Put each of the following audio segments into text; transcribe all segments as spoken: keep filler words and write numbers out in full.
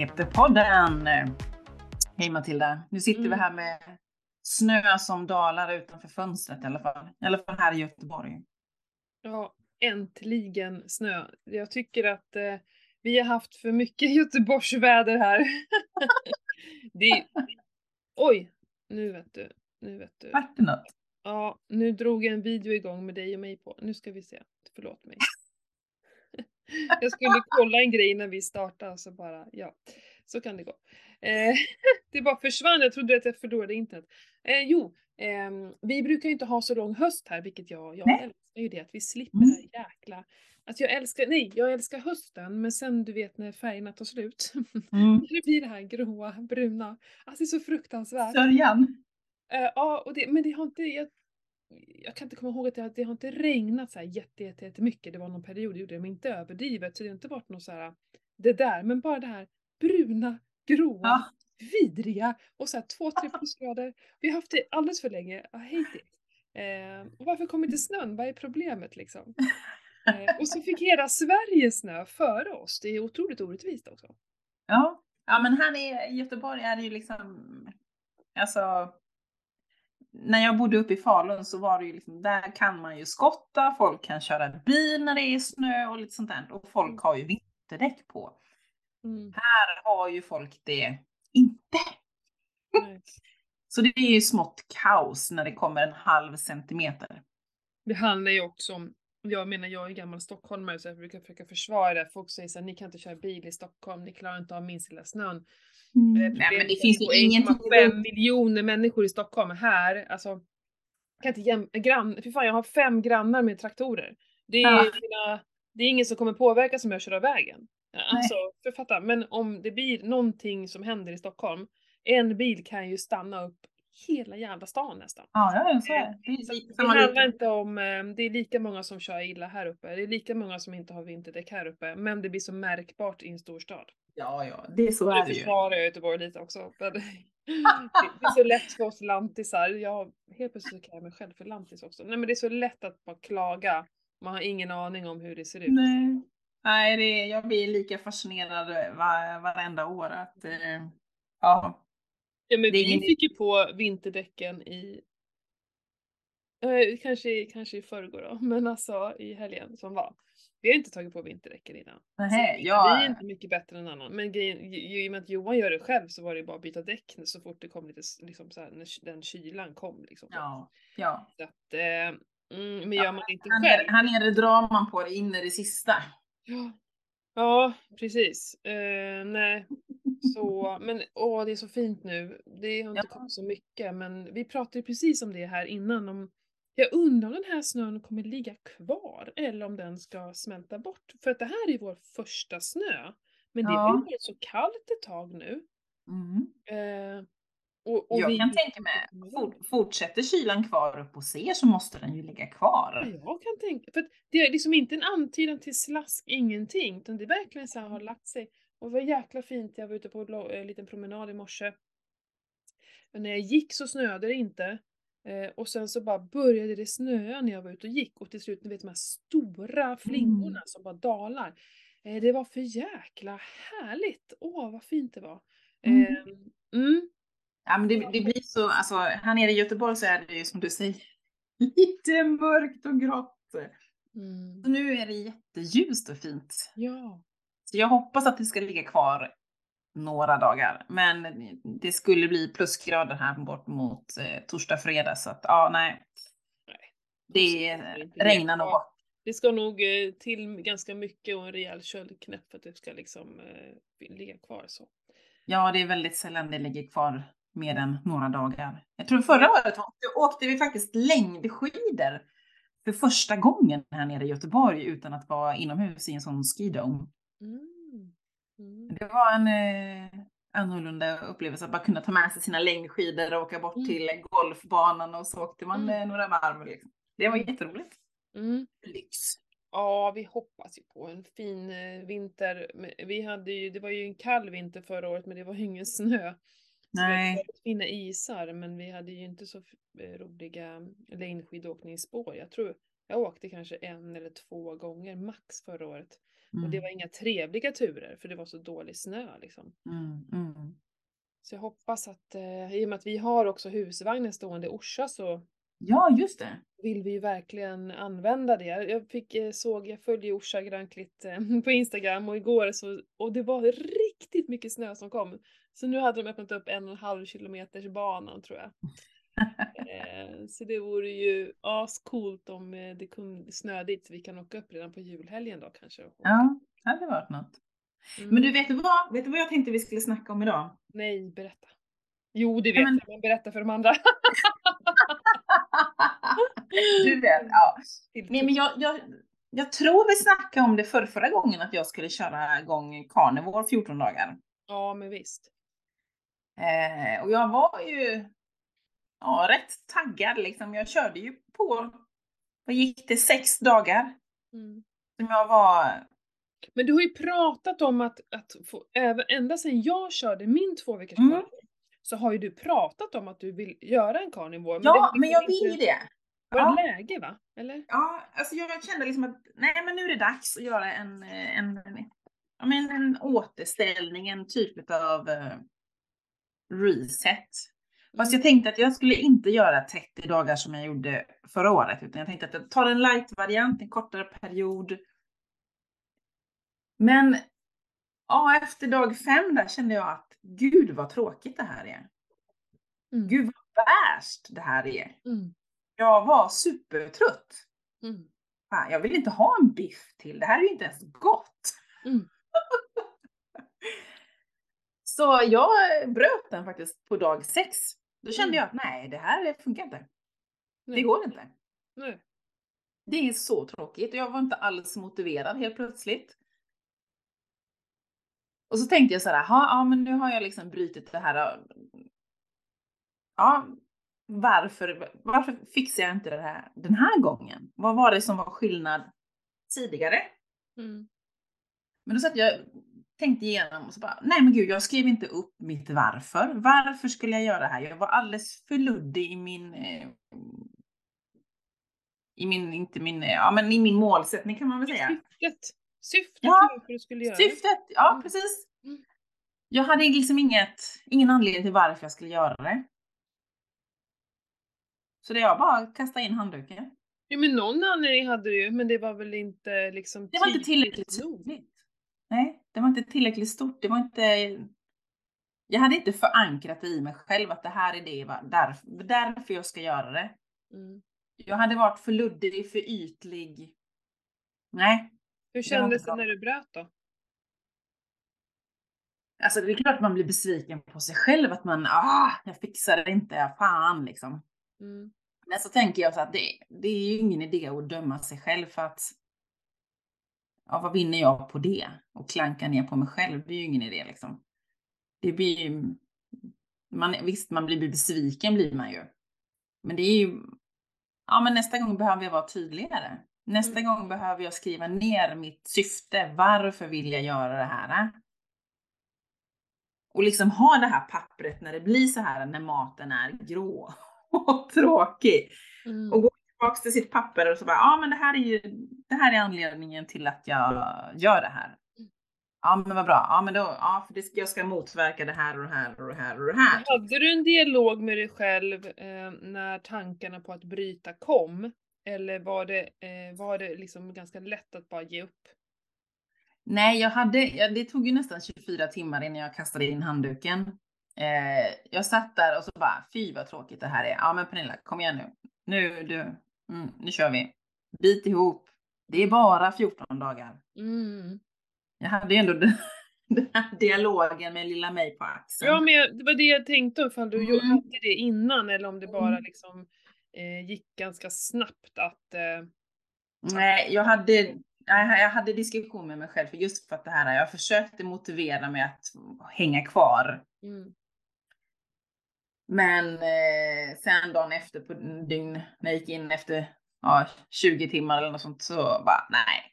Hipsterpodden. Hej Matilda, nu sitter Mm. vi här med snö som dalar utanför fönstret i alla fall. I alla fall här i Göteborg. Ja, äntligen snö. Jag tycker att eh, vi har haft för mycket Göteborgsväder här. det, oj, nu vet du. Nu vet du. Vart det något? Ja, nu drog jag en video igång med dig och mig på. Nu ska vi se. Förlåt mig. Jag skulle kolla en grej när vi startade så bara, ja, så kan det gå. Eh, det bara försvann, jag trodde att jag förlorade internet. Eh, jo, ehm, vi brukar ju inte ha så lång höst här, vilket jag, jag Nej. älskar ju det, att vi slipper Mm. det här jäkla. Alltså jag älskar, nej, jag älskar hösten, men sen du vet när färgerna tar slut. Mm. Det blir det här gråa, bruna. Alltså det är så fruktansvärt. Sörjan. Eh, ja, och det, men det har inte, jag, jag kan inte komma ihåg att det, det har inte regnat så här jätte, jätte, jättemycket. Det var någon period det gjorde det, men inte överdrivet. Så det har inte varit något så här, det där, men bara det här bruna, gråa, Ja. vidriga och så här två, tre plusgrader. Vi har haft det alldeles för länge. I hate it. Eh, och varför kommer inte snön? Vad är problemet liksom? Eh, och så fick hela Sverige snö före oss. Det är otroligt orättvist också. Ja. Ja, men här i Göteborg är det ju liksom, alltså, när jag bodde uppe i Falun så var det ju liksom, där kan man ju skotta, folk kan köra bil när det är snö och lite sånt där. Och folk har ju vinterdäck på. Mm. Här har ju folk det inte. Nej. Så det är ju smått kaos när det kommer en halv centimeter. Det handlar ju också om, jag menar jag är gammal stockholmare så jag brukar försöka försvara det. Folk säger såhär, ni kan inte köra bil i Stockholm, ni klarar inte av minst lilla snön. Mm. Eh, Nej, men det problemet finns är ju att ingenting en komma fem runt. miljoner människor i Stockholm här, alltså kan inte jäm, grann, för fan jag har fem grannar med traktorer. Det är, Ja. mina, det är ingen som kommer påverkas om jag kör av vägen. Alltså, Nej. författa, men om det blir någonting som händer i Stockholm, en bil kan ju stanna upp hela jävla stan nästan. Ja, ja, så är det. Det är Så lite det samma handlar lika. inte om, eh, det är lika många som kör illa här uppe, det är lika många som inte har vinterdäck här uppe, men det blir så märkbart i en stor stad. Ja, ja, det är så är Nu det ju. försvarar jag Göteborg lite också, men det det är så lätt för oss lantisar, jag, helt plötsligt kallar jag mig själv för lantis också. Nej men det är så lätt att bara klaga, man har ingen aning om hur det ser ut. Nej, Nej det är, jag blir lika fascinerad var, varenda år att, eh, ja, Ja men det är vi ingen. fick ju på vinterdäcken i, eh, kanske, kanske i förrgår då, men alltså i helgen som var. Vi har inte tagit på vinterdäcken innan. Så Nej, vi ja, är inte mycket bättre än annan. Men grejen, i och med att Johan gör det själv så var det bara att byta däck så fort det kom lite, liksom så här, när den kylan kom liksom. ja, ja. Så att, eh, mm, men Ja, gör man det inte här själv. nere, här nere drar man på det in i det sista. Ja, ja precis. Eh, nej. Så, men åh, det är så fint nu. Det har inte Ja. kommit så mycket, men vi pratade ju precis om det här innan. Om, jag undrar om den här snön kommer ligga kvar eller om den ska smälta bort. För att det här är vår första snö. Men det har ju Ja. varit så kallt ett tag nu. Mm. Eh, och, och Jag vi kan tänka mig, fort, fortsätter kylan kvar upp hos er så måste den ju ligga kvar. Jag kan tänka, för att det är liksom inte en antydan till slask, ingenting, utan det är verkligen så här har lagt sig. Och det var jäkla fint, jag var ute på en lo- en liten promenad i morse. Men när jag gick så snöade det inte. Eh, och sen så bara började det snöa när jag var ute och gick. Och till slut, ni vet de här stora flingorna Mm. som bara dalar. Eh, det var för jäkla härligt. Åh, vad fint det var. Eh, Mm. mm. Ja, men det, det blir så, alltså här nere i Göteborg så är det ju som du säger, lite mörkt och grått. Mm. Så nu är det jätteljust och fint. Ja. Så jag hoppas att det ska ligga kvar några dagar. Men det skulle bli plusgrader här bort mot eh, torsdag, fredag. Så att ja, nej. Nej. Det Absolut inte. regnar nog Ja, bort. det ska nog eh, till ganska mycket och en rejäl köldknäpp för att det ska liksom eh, ligga kvar så. Ja, det är väldigt sällan det ligger kvar mer än några dagar. Jag tror förra året åkte, åkte vi faktiskt längdskidor för första gången här nere i Göteborg utan att vara inomhus i en sån skidome. Mm. Mm. Det var en eh, annorlunda upplevelse att bara kunna ta med sig sina längdskidor och åka bort Mm. till golfbanan och så åkte man Mm. eh, några varv. Liksom. Det var Mm. jätteroligt. Mm. Lyx. Ja, vi hoppas ju på en fin eh, vinter. Men vi hade ju, det var ju en kall vinter förra året men det var ju ingen snö. Så vi hade Nej. väldigt fina isar men vi hade ju inte så eh, roliga längdskidåkningsspår. Jag tror jag åkte kanske en eller två gånger max förra året. Och det Mm. var inga trevliga turer för det var så dålig snö liksom. Mm. Mm. Så jag hoppas att, eh, i och med att vi har också husvagnen stående i Orsa så Ja, just det. vill vi ju verkligen använda det. Jag fick, eh, såg, jag följer Orsa Grönklitt eh, på Instagram och igår så, och det var riktigt mycket snö som kom. Så nu hade de öppnat upp en och en halv kilometers banan tror jag. Eh, så det vore ju ascoolt om eh, det kunde snö dit så vi kan åka upp redan på julhelgen då kanske. och åka. Ja, det hade varit något. Mm. Men du, vet du vad? Vet du vad jag tänkte vi skulle snacka om idag? Nej, berätta. Jo, det Nej, vet men- jag, men berätta för de andra. Du vet, ja. Till Nej, men jag, jag, jag tror vi snackade om det för förra gången att jag skulle köra igång Carnivore fjorton dagar. Ja, men visst. Eh, och jag var ju ja, rätt taggad liksom. Jag körde ju på, vad gick det, sex dagar. Mm. Som jag var, Men du har ju pratat om att, att få, även, ända sedan jag körde min två veckors Mm. carnivore, så har ju du pratat om att du vill göra en carnivore. Men det ja har men liksom jag vill ju inte det. varit Ja. läge va? Eller? Ja, alltså jag kände liksom att nej men nu är det dags att göra en, en, en, ja, men en återställning, en typ av uh, reset. Fast Mm. jag tänkte att jag skulle inte göra trettio dagar som jag gjorde förra året, utan jag tänkte att jag tar en light-variant, en kortare period. Men ja, efter dag fem där kände jag att gud vad tråkigt det här är. Mm. Gud vad värst det här är. Mm. Jag var supertrött. Mm. Fan, jag vill inte ha en biff till, det här är ju inte ens gott. Mm. Så jag bröt den faktiskt på dag sex. Då kände Mm. jag att nej, det här funkar inte. Nej. Det går inte. Nej. Det är så tråkigt och jag var inte alls motiverad helt plötsligt. Och så tänkte jag så här, ja men nu har jag liksom brytit det här. Ja, varför, varför fixar jag inte det här den här gången? Vad var det som var skillnad tidigare? Mm. Men då satt jag tänkte igenom och så bara, nej men gud, jag skrev inte upp mitt varför. Varför skulle jag göra det här? Jag var alldeles för luddig i min, eh, i min, inte min, ja men i min målsättning kan man väl säga. Syftet. Syftet Ja, till varför du skulle göra Syftet, ja Mm. precis. Mm. Jag hade liksom inget, ingen anledning till varför jag skulle göra det. Så det jag bara kastade in handduken. Ja, men någon anledning hade du ju, men det var väl inte liksom Det var inte tillräckligt nog. tydligt. Nej, det var inte tillräckligt stort. Det var inte... Jag hade inte förankrat det i mig själv att det här är det, va? Därför, därför jag ska göra det. Mm. Jag hade varit för luddig, för ytlig. Nej. Hur Det var kändes inte det bra. när du bröt då? Alltså det är klart att man blir besviken på sig själv. Att man, ah, jag fixar det inte, fan liksom. Mm. Men så tänker jag så att det, det är ju ingen idé att döma sig själv för att ja, vad vinner jag på det? Och klanka ner på mig själv, det är ju ingen idé liksom. Det blir ju, man, visst man blir besviken blir man ju. Men det är ju, ja men nästa gång behöver jag vara tydligare. Nästa Mm. gång behöver jag skriva ner mitt syfte, varför vill jag göra det här? Och liksom ha det här pappret när det blir så här, när maten är grå och tråkig. Mm. Och gå tillbaka till sitt papper och så bara, ja men det här är ju, det här är anledningen till att jag gör det här. Ja men vad bra, ja men då, ja för det, jag ska motverka det här och det här och det här och det här. Hade du en dialog med dig själv eh, när tankarna på att bryta kom? Eller var det, eh, var det liksom ganska lätt att bara ge upp? Nej, jag hade, ja, det tog ju nästan tjugofyra timmar innan jag kastade in handduken. Eh, jag satt där och så bara, fy vad tråkigt det här är. Ja men Pernilla, kom igen nu. Nu, du, mm, nu kör vi. Bit ihop. Det är bara fjorton dagar. Mm. Jag hade ju ändå den, den här dialogen med lilla mig på axeln. Ja men jag, det var det jag tänkte ifall du Mm. hade det innan eller om det bara Mm. liksom eh, gick ganska snabbt att... Eh, Nej, jag hade, jag jag hade diskussion med mig själv för just för att det här, jag försökte motivera mig att hänga kvar. mm. Men eh, sen dagen efter på dygn, när jag gick in efter ja, tjugo timmar eller något sånt så bara nej.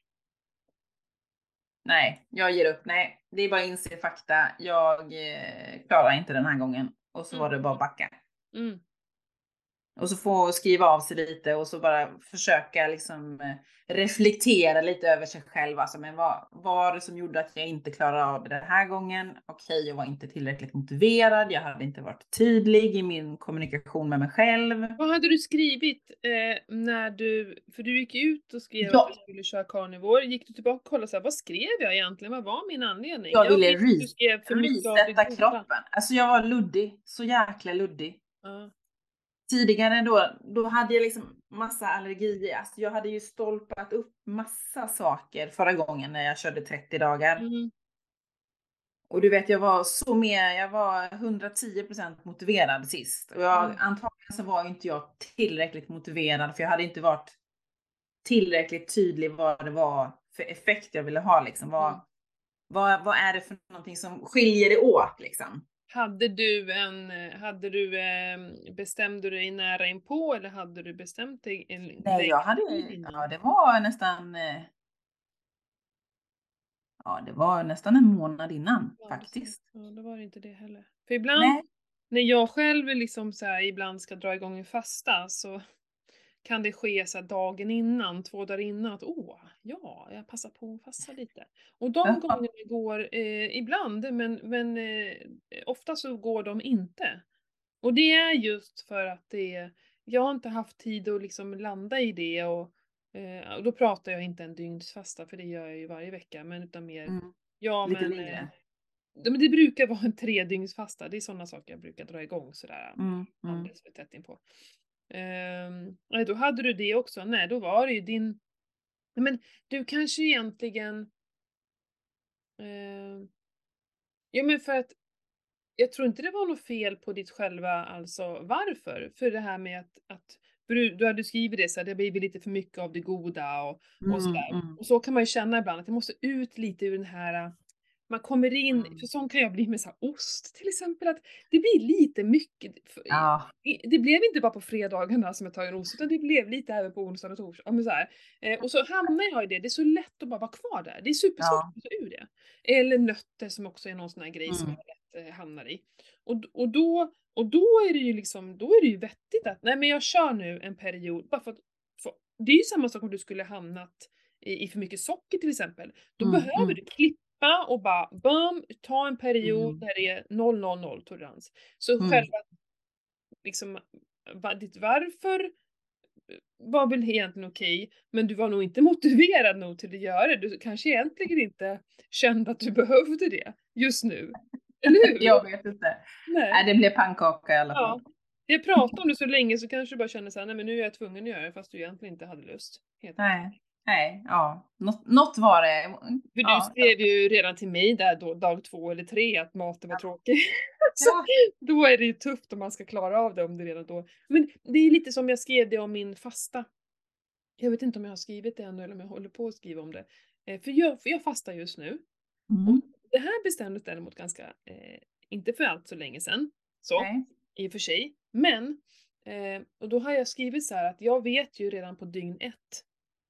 Nej, jag ger upp. Nej, det är bara att inse fakta. Jag eh, klarar inte den här gången. Och så var det bara att backa. Mm. Och så få skriva av sig lite och så bara försöka liksom eh, reflektera lite över sig själv. Alltså, men vad vad var det som gjorde att jag inte klarade av det den här gången? Okej, jag var inte tillräckligt motiverad. Jag hade inte varit tydlig i min kommunikation med mig själv. Vad hade du skrivit eh, när du, för du gick ut och skrev att Ja, du skulle köra carnivore. Gick du tillbaka och kollade så här, vad skrev jag egentligen? Vad var min anledning? jag Jag ville vet att du re skrev för mycket av det resetta goda. kroppen. Alltså jag var luddig, så jäkla luddig. Ja. Tidigare då, då hade jag liksom massa allergier. Alltså jag hade ju stolpat upp massa saker förra gången när jag körde trettio dagar. Mm. Och du vet, jag var så med, jag var hundratio procent motiverad sist. Och jag, Mm. antagligen så var inte jag tillräckligt motiverad, för jag hade inte varit tillräckligt tydlig vad det var för effekt jag ville ha. Liksom. Vad, Mm. vad, vad är det för någonting som skiljer det åt? Liksom? Hade du en, hade du, eh, bestämde du dig nära inpå eller hade du bestämt dig en Nej, jag hade, tid innan? ja det var nästan, eh, ja det var nästan en månad innan Ja, det ser- faktiskt. ja, då var det inte det heller. För ibland, Nej. när jag själv liksom så här, ibland ska dra igång en fasta så kan det ske så här dagen innan, två dagar innan, att åh, ja, jag passar på att fasta lite. Och de Ja. gångerna går eh, ibland, men, men eh, ofta så går de inte. Och det är just för att det, jag har inte haft tid att liksom landa i det och, eh, och då pratar jag inte en dygnsfasta, för det gör jag ju varje vecka, men utan mer, Mm. ja Lite men, eh, längre. det, men det brukar vara en tredygnsfasta, det är sådana saker jag brukar dra igång sådär Mm. Mm. alldeles för tätt inpå. Ehm, nej, då hade du det också, nej då var det ju din, nej, men du kanske egentligen, ehm, ja men för att jag tror inte det var något fel på ditt själva, alltså varför? För det här med att, att för du, du hade skrivit det så att det blivit lite för mycket av det goda och, och Mm. sådär. Mm. Och så kan man ju känna ibland att det måste ut lite ur den här, man kommer in, Mm. för sån kan jag bli med så här ost till exempel, att det blir lite mycket. För, Ja. i- det blev inte bara på fredagarna som jag tar en ost, utan det blev lite även på onsdag och torsdag. Ja, men så här. Eh, och så hamnar jag i det, det är så lätt att bara vara kvar där. Det är supersvårt Ja. att ta ur det. Eller nötter som också är någon sån här grej som Mm. jag lätt eh, hamnar i. Och, och, då, och då är det ju liksom, då är det ju vettigt att, nej men jag kör nu en period, bara för att, för, det är ju samma sak om du skulle hamnat i, i för mycket socker till exempel. Då Mm. behöver Mm. du klippa och bara bum, ta en period Mm. där det är noll noll noll tolerans. Så Mm. själva liksom, va, ditt varför var väl egentligen okej, men du var nog inte motiverad nog till att göra det. Du kanske egentligen inte kände att du behövde det just nu. Eller hur? Jag vet inte. Nej. Nej, det blev pannkaka i alla Ja. fall. Jag pratar om det så länge så kanske du bara känner såhär, nej men nu är jag tvungen att göra det fast du egentligen inte hade lust. Helt enkelt. Nej, nej, ja. Något, något var det. För du Ja, skrev ju redan till mig där då, dag två eller tre att maten var tråkig. Så ja. då är det ju tufft om man ska klara av det om det redan då. Men det är lite som jag skrev det om min fasta. Jag vet inte om jag har skrivit det ännu eller om jag håller på att skriva om det. Eh, För jag, för jag fastar just nu. Och Mm. det här bestämdes däremot ganska, eh, inte för allt så länge sedan. Så, Nej. i och för sig. Men, eh, och då har jag skrivit så här att jag vet ju redan på dygn ett.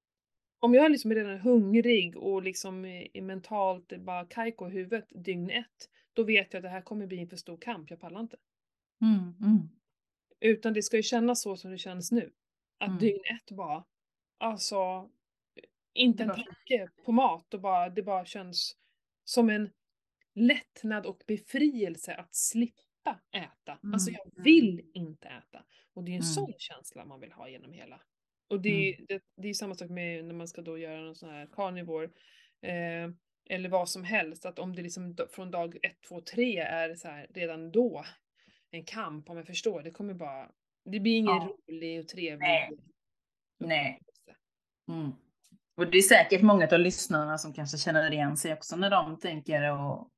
Om jag liksom är redan hungrig och liksom är, är mentalt är bara kajko i huvudet dygn ett. Då vet jag att det här kommer bli en för stor kamp, jag pallar inte. Mm. Mm. Utan det ska ju kännas så som det känns nu. Att Mm. dygn ett bara, alltså, inte Det en var- tanke på mat och bara, det bara känns som en lättnad och befrielse att slippa äta. Alltså Mm. jag vill inte äta. Och det är en Mm. sån känsla man vill ha genom hela. Och det, Mm. är- det, det är samma sak med när man ska då göra någon sån här carnivore. Eh, eller vad som helst. Att om det liksom d- från dag ett, två, tre är så här redan då en kamp, om jag förstår. Det kommer bara, det blir ingen Ja. rolig och trevlig Nej. Nej. upplevelse. Mm. Och det är säkert många av lyssnarna som kanske känner igen sig också när de tänker och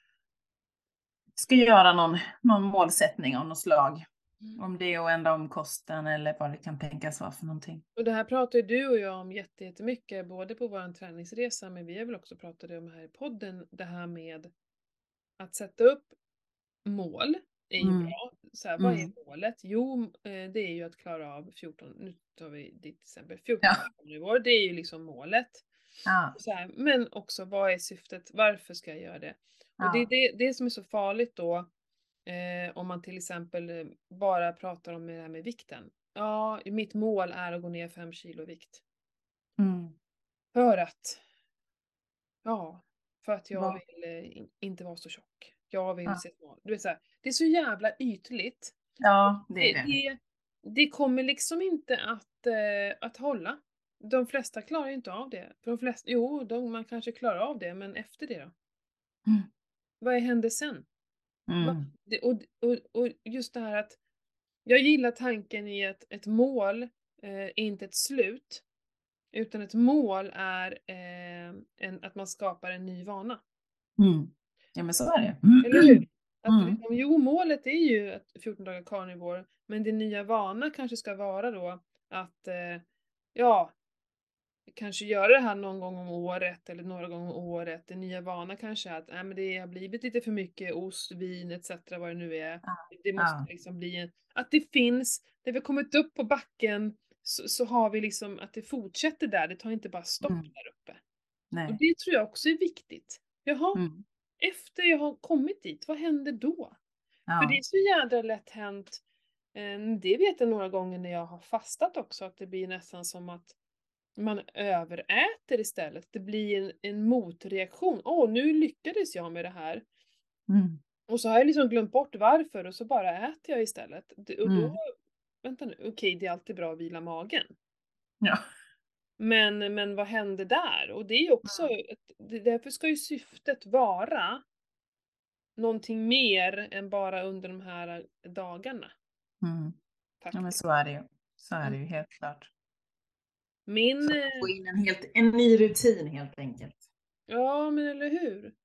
ska göra någon, någon målsättning av något slag. Mm. Om det är att ändra om kosten eller vad det kan tänkas vara för någonting. Och det här pratar ju du och jag om jätte- jättemycket, både på vår träningsresa, men vi har väl också pratat om här i podden, det här med att sätta upp mål är ju Mm. bra. Så här, vad är Mm. målet? Jo, eh, det är ju att klara av fjorton, nu tar vi ditt exempel, fjorton Ja. nivåer, det är ju liksom målet. Ja. Så här, men också, vad är syftet? Varför ska jag göra det? Och det är Ja. det, det som är så farligt då, eh, om man till exempel eh, bara pratar om det här med vikten. Ja, mitt mål är att gå ner fem kilo i vikt. Mm. För att, ja, för att jag Vad? vill eh, in, inte vara så tjock. Jag vill Ja. se smal. Du vet så här, det är så jävla ytligt. Ja, det är Det, det. det, det kommer liksom inte att, eh, att hålla. De flesta klarar ju inte av det. För de flesta, jo, de, man kanske klarar av det, men efter det då? Mm. Vad händer sen? Va? Mm. Det, och, och, och just det här att jag gillar tanken i att ett mål eh, är inte ett slut, utan ett mål är eh, en, att man skapar en ny vana. Mm. Ja, men så är det. Eller hur? Att Mm. liksom, jo, målet är ju att fjorton dagar carnivore, men din nya vana kanske ska vara då att, eh, ja, kanske göra det här någon gång om året eller några gånger om året. Den nya vana kanske är att äh, men det har blivit lite för mycket ost, vin et cetera vad det nu är. Ja. Det måste Ja. liksom bli en, att det finns, när vi har kommit upp på backen så, så har vi liksom att det fortsätter där, det tar inte bara stopp Mm. där uppe. Och Nej. det tror jag också är viktigt. Jaha, Mm. efter jag har kommit dit, vad händer då? För det är Ja. så jädra lätt hänt, eh, det vet jag några gånger när jag har fastat också, att det blir nästan som att man överäter istället. Det blir en, en motreaktion. Åh, nu lyckades jag med det här. Mm. Och så har jag liksom glömt bort varför och så bara äter jag istället. Det- Och då, Mm. vänta nu, okej det är alltid bra att vila magen. Ja. Men, men vad händer där? Och det är ju också, ett, det- därför ska ju syftet vara någonting mer än bara under de här dagarna. Mm. Ja, men Faktiskt. så är det ju. Så är det Mm. ju helt klart. Min, För eh, att få in en, helt, en ny rutin helt enkelt. ja men eller hur?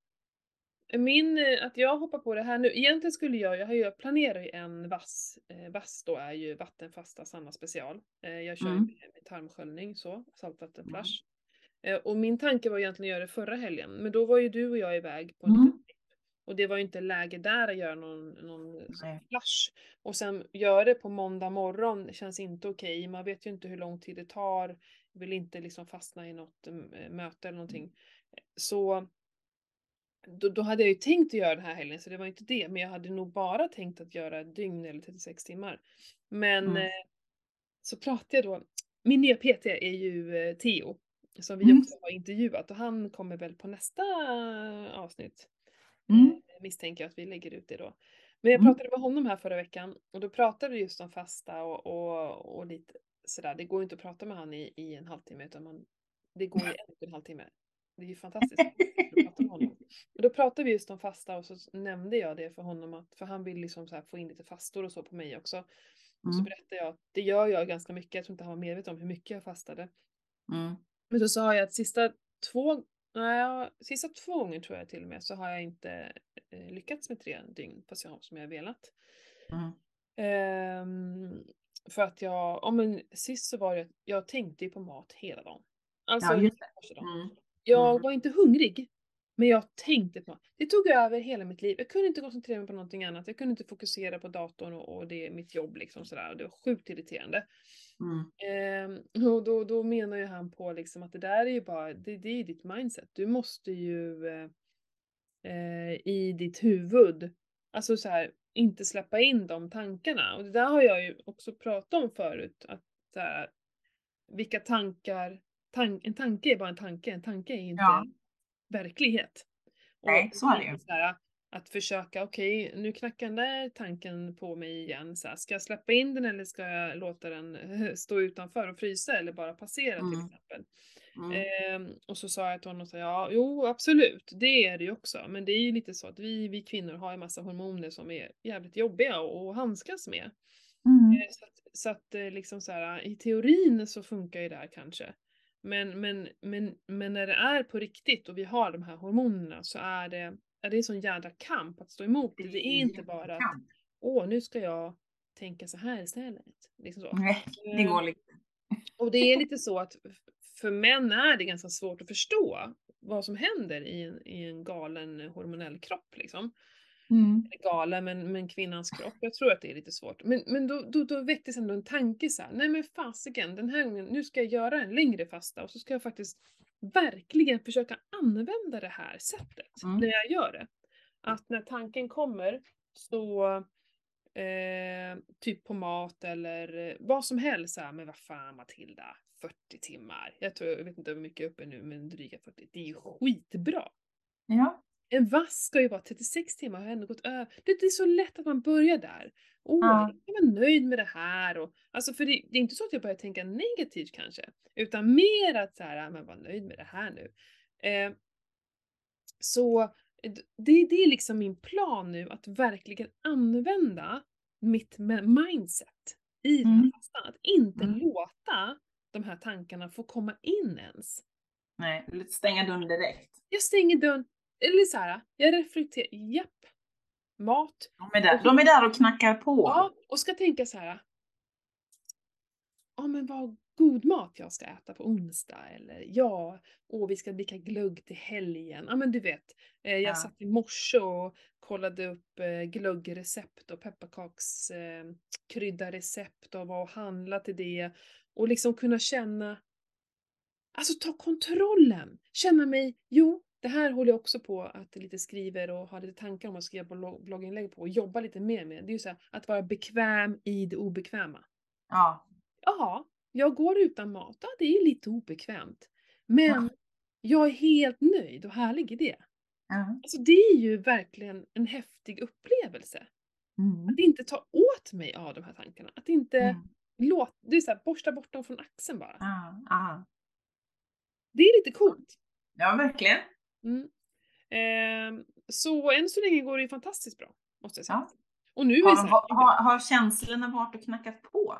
Min, eh, att jag hoppar på det här nu, egentligen skulle jag, jag har ju, jag planerar ju en vass, eh, vass då är ju vattenfasta Sanna special. Eh, jag kör ju Mm. med, med tarmsköljning så, saltvattenflash. Mm. Eh, och min tanke var egentligen att göra det förra helgen, men då var ju du och jag iväg på en Mm. liten trip. Och det var ju inte läge där att göra någon, någon Nej. flash. Och sen göra det på måndag morgon känns inte okej, man vet ju inte hur lång tid det tar, vill inte liksom fastna i något eh, möte eller någonting. Så då, då hade jag ju tänkt att göra det här helgen, så det var inte det. Men jag hade nog bara tänkt att göra ett dygn eller trettiosex timmar. Men Mm. eh, så pratade jag då, min nya P T är ju eh, Theo, som vi Mm. också har intervjuat och han kommer väl på nästa avsnitt. Mm. Eh, misstänker jag att vi lägger ut det då. Men jag Mm. pratade med honom här förra veckan och då pratade vi just om fasta och, och, och lite sådär. Det går ju inte att prata med han i, i en halvtimme utan man, det går ju en, en halvtimme. Det är ju fantastiskt att prata med honom. Och då pratade vi just om fasta och så nämnde jag det för honom att, för han vill liksom så här få in lite fastor och så på mig också. Och så Mm. berättade jag att det gör jag ganska mycket, jag tror inte han var medveten om hur mycket jag fastade. Mm. Men då sa jag att sista två, nej, sista två gånger tror jag till och med så har jag inte eh, lyckats med tre dygn fast jag, som jag har velat. Mm. Ehm, för att jag, ja men sist så var det, jag tänkte ju på mat hela dagen. Alltså Ja, just det. hela dagen. Mm. Jag Mm. var inte hungrig. Men jag tänkte på, det tog över hela mitt liv. Jag kunde inte koncentrera mig på någonting annat. Jag kunde inte fokusera på datorn och, och det är mitt jobb liksom sådär. Och det var sjukt irriterande. Mm. Ehm, och då, då menar ju han på liksom att det där är ju bara, det, det är ju ditt mindset. Du måste ju eh, eh, i ditt huvud, alltså så här, inte släppa in de tankarna. Och det där har jag ju också pratat om förut. Att så här, vilka tankar, tan en tanke är bara en tanke. En tanke är inte Ja. verklighet. Och Nej, så är det ju. så här, att försöka, okej, okay, nu knackar den där tanken på mig igen. Så här, ska jag släppa in den eller ska jag låta den stå utanför och frysa eller bara passera Mm. till exempel. Mm. Ehm, och så sa jag till honom, så här, ja, jo absolut, det är det ju också. Men det är ju lite så att vi, vi kvinnor har en massa hormoner som är jävligt jobbiga att handskas med. Mm. Eh, Så att, så att eh, liksom så här, i teorin så funkar ju det här kanske. Men, men, men, men när det är på riktigt och vi har de här hormonerna så är det, är det en sån jädra kamp att stå emot det. Det är inte bara att, jättekamp. åh nu ska jag tänka så här istället. Liksom så. Nej, det Eh, går liksom. Och det är lite så att f- för män är det ganska svårt att förstå vad som händer i en, i en galen hormonell kropp liksom. Mm. Eller galen, men, men kvinnans kropp. Jag tror att det är lite svårt. Men, men då, då, då väcktes ändå en tanke så här, nej men fasiken, den här gången, nu ska jag göra en längre fasta och så ska jag faktiskt verkligen försöka använda det här sättet Mm. när jag gör det. Att när tanken kommer så Eh, typ på mat eller vad som helst. Så här, men vad fan Matilda, fyrtio timmar. Jag tror, jag vet inte hur mycket jag är uppe nu, men dryga fyrtio. Det är ju skitbra. Ja. En vass ska ju vara trettiosex timmar och har ändå gått över. Det, det är så lätt att man börjar där. Åh, Ja. jag kan vara nöjd med det här. Och, alltså för det, det är inte så att jag börjar tänka negativt kanske. Utan mer att så här, men var nöjd med det här nu. Eh, så det, det är liksom min plan nu, att verkligen använda mitt mindset i den här Mm. fastan. Att inte Mm. låta de här tankarna få komma in ens. Nej, lite stänga dörren direkt. Jag stänger dörren, eller så här, jag reflekterar, japp, mat. De är där, de är där och knackar på. Ja, och ska tänka så här. Ja, men vad god mat jag ska äta på onsdag. Eller ja, åh, vi ska dricka glögg till helgen. Ja, men du vet. Eh, jag Ja. satt i morse och kollade upp eh, glöggrecept och pepparkaks eh, kryddarecept och var och handla till det. Och liksom kunna känna, alltså ta kontrollen. Känna mig, jo, det här håller jag också på att lite skriver och har lite tankar om att skriva blogg- blogginlägg på och jobba lite mer med. Det är ju så här, att vara bekväm i det obekväma. Ja. Ja, jag går utan mat. Ja, det är lite obekvämt. Men Ja. jag är helt nöjd och härlig i det. Ja. Alltså det är ju verkligen en häftig upplevelse. Mm. Att inte ta åt mig av de här tankarna. Att inte Mm. låta, det är så här, borsta bort dem från axeln bara. Ja. Ja. Det är lite coolt. Ja, verkligen. Mm. Ehm, så än så länge går det ju fantastiskt bra, måste jag säga. Ja. Och nu är Har, det de, så här, har, har känslorna varit och knackat på?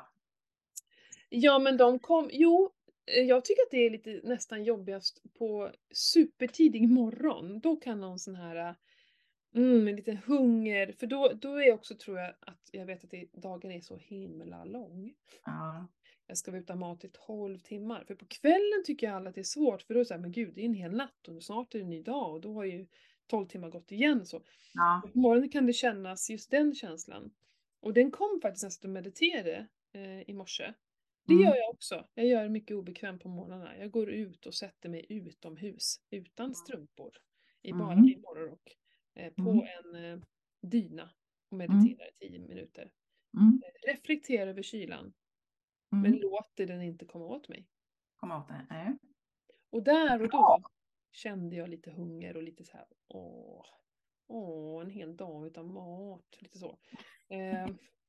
ja men de kom, jo, eh, jag tycker att det är lite nästan jobbigast på supertidig morgon. Då kan någon sån här, mm, en liten hunger, för då, då är jag också, tror jag, att jag vet att det, dagen är så himla lång. Ja. Jag ska vara utan mat i tolv timmar. För på kvällen tycker jag alla att det är svårt, för då är det så här, men gud, det är en hel natt och snart är det en ny dag och då har ju tolv timmar gått igen. Så Ja. på morgonen kan det kännas just den känslan. Och den kom faktiskt när jag mediterade eh, i morse. Det Mm. gör jag också. Jag gör mycket obekvämt på morgnarna. Jag går ut och sätter mig utomhus utan strumpor. I bara Mm. i morgonrock. Eh, på Mm. en eh, dyna och Mm. mediterar i tio minuter. Mm. Eh, reflektera över kylan. Men Mm. låter den inte komma åt mig. Kom åt det. Nej. Och där och Bra. då kände jag lite hunger och lite så här, åh, åh, en hel dag utan mat. Lite så. Eh,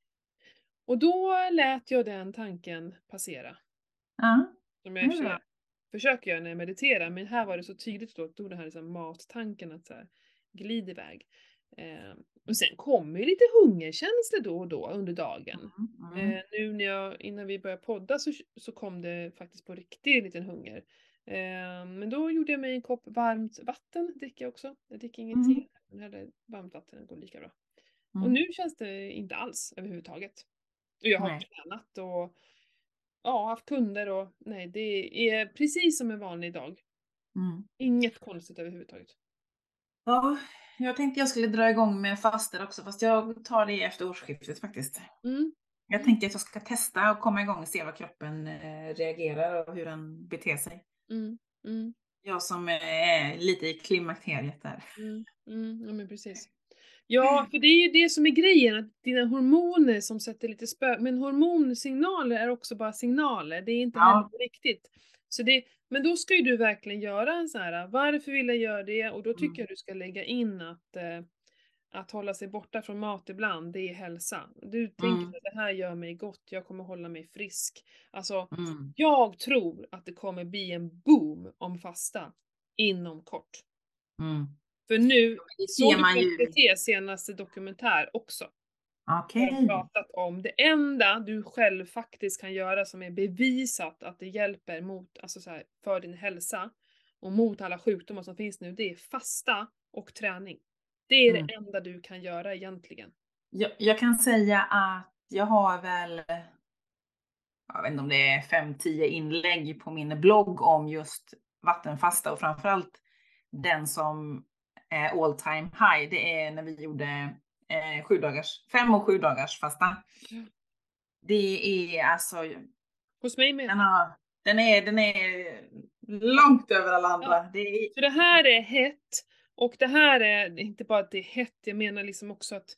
och då lät jag den tanken passera. Ja. Som Det jag i och är för bra. sig försöker göra när jag mediterar. Men här var det så tydligt då, att då det här liksom mattanken att så här, glid iväg. Eh, och sen kommer ju lite hungerkänslor då och då under dagen. Mm. Mm. Eh, nu när jag, innan vi började podda så, så kom det faktiskt på riktigt en liten hunger. Eh, men då gjorde jag mig en kopp varmt vatten, dricker jag också. Jag dricker inget Mm. te, men hellre varmt vatten, går lika bra. Mm. Och nu känns det inte alls överhuvudtaget. Och jag har Nej. tränat och ja, haft kunder och nej, det är precis som en vanlig dag. Mm. Inget konstigt överhuvudtaget. Ja, jag tänkte jag skulle dra igång med faster också, fast jag tar det efter årsskiftet faktiskt. Mm. Jag Mm. tänker att jag ska testa och komma igång och se vad kroppen eh, reagerar och hur den beter sig. Mm. Mm. Jag som är lite i klimakteriet där. Mm. Mm. Ja, men precis. Ja, för det är ju det som är grejen, att dina hormoner som sätter lite spö... Men hormonsignaler är också bara signaler, det är inte heller Ja. på riktigt. Så det... Men då ska ju du verkligen göra en sån här, varför vill jag göra det? Och då tycker Mm. jag du ska lägga in att, eh, att hålla sig borta från mat ibland, det är hälsa. Du tänker Mm. att det här gör mig gott, jag kommer hålla mig frisk. Alltså, Mm. jag tror att det kommer bli en boom om fasta inom kort. Mm. För nu Det såg ser du man på ju. S V T senaste dokumentär också. Okej. Har de pratat om det enda du själv faktiskt kan göra som är bevisat att det hjälper mot, alltså så här, för din hälsa och mot alla sjukdomar som finns nu, det är fasta och träning. Det är Mm. det enda du kan göra egentligen. Jag, jag kan säga att jag har väl, jag vet inte om det är fem tio inlägg på min blogg om just vattenfasta och framförallt den som är all time high. Det är när vi gjorde eh, sju dagars, fem och sju dagars fasta. Ja. Det är alltså, Hos mig med. den, har, den, är, den är långt över alla andra. Ja. Det är, Så det här är hett, och det här är, det är inte bara att det är hett, jag menar liksom också att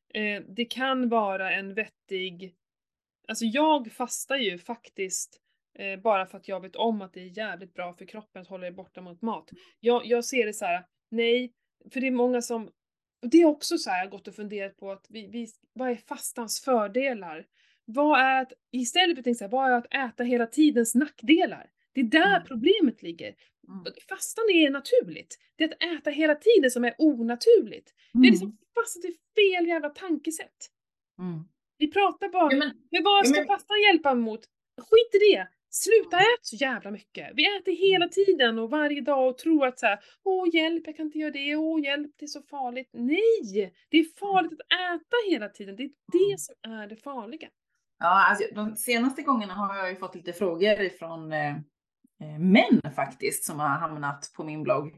Eh, det kan vara en vettig... Alltså jag fastar ju faktiskt eh, bara för att jag vet om att det är jävligt bra för kroppen att hålla dig borta mot mat. Jag, jag ser det så här: nej, för det är många som... och det är också så här, jag har gått och funderat på att vi, vi, vad är fastans fördelar? Vad är att, istället för att tänka så här, vad är att äta hela tidens nackdelar? Det är där Mm. problemet ligger. Mm. Fastan är naturligt. Det är att äta hela tiden som är onaturligt. Det är Mm. liksom fastan till fel jävla tankesätt. Mm. Vi pratar bara, Ja, men, men vad ja, ska men, fastan hjälpa mot? Skit i det! Sluta äta så jävla mycket. Vi äter hela tiden och varje dag och tror att så här: åh hjälp, jag kan inte göra det, åh hjälp, det är så farligt. Nej! Det är farligt att äta hela tiden, det är det som är det farliga. ja, alltså, de senaste gångerna har jag ju fått lite frågor ifrån eh, eh, män faktiskt som har hamnat på min blogg.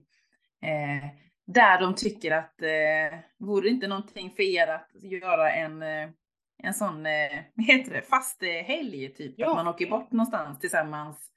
Eh, där de tycker att eh, vore det inte någonting för er att göra en, eh, en sån, eh, vad heter det, fast eh, helg typ. Ja. Att man åker bort någonstans tillsammans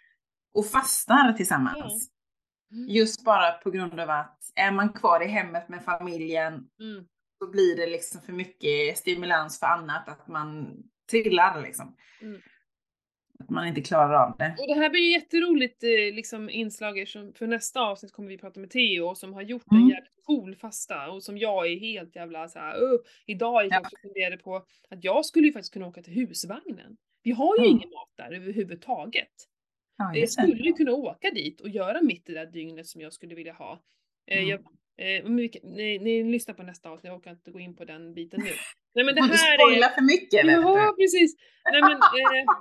och fastar Ja. tillsammans. Mm. Just bara på grund av att är man kvar i hemmet med familjen Mm. så blir det liksom för mycket stimulans för annat, att man trillar liksom. Mm. Att man inte klarar av det. Och det här blir ju jätteroligt eh, liksom inslag, som för nästa avsnitt kommer vi prata med Theo som har gjort Mm. en jävligt cool fasta och som jag är helt jävla så här. Uh, idag gick jag Ja. också och funderade på att jag skulle ju faktiskt kunna åka till husvagnen. Vi har ju Mm. ingen mat där överhuvudtaget. Ja, Jag just det. skulle ju kunna åka dit och göra mitt det där dygnet som jag skulle vilja ha. Eh, Mm. jag, eh, men vi kan- ni, ni lyssnar på nästa avsnitt, jag orkar inte gå in på den biten nu. Nej men det Får inte här spoila är... för mycket. vet Ja, du. precis! Nej men... Eh,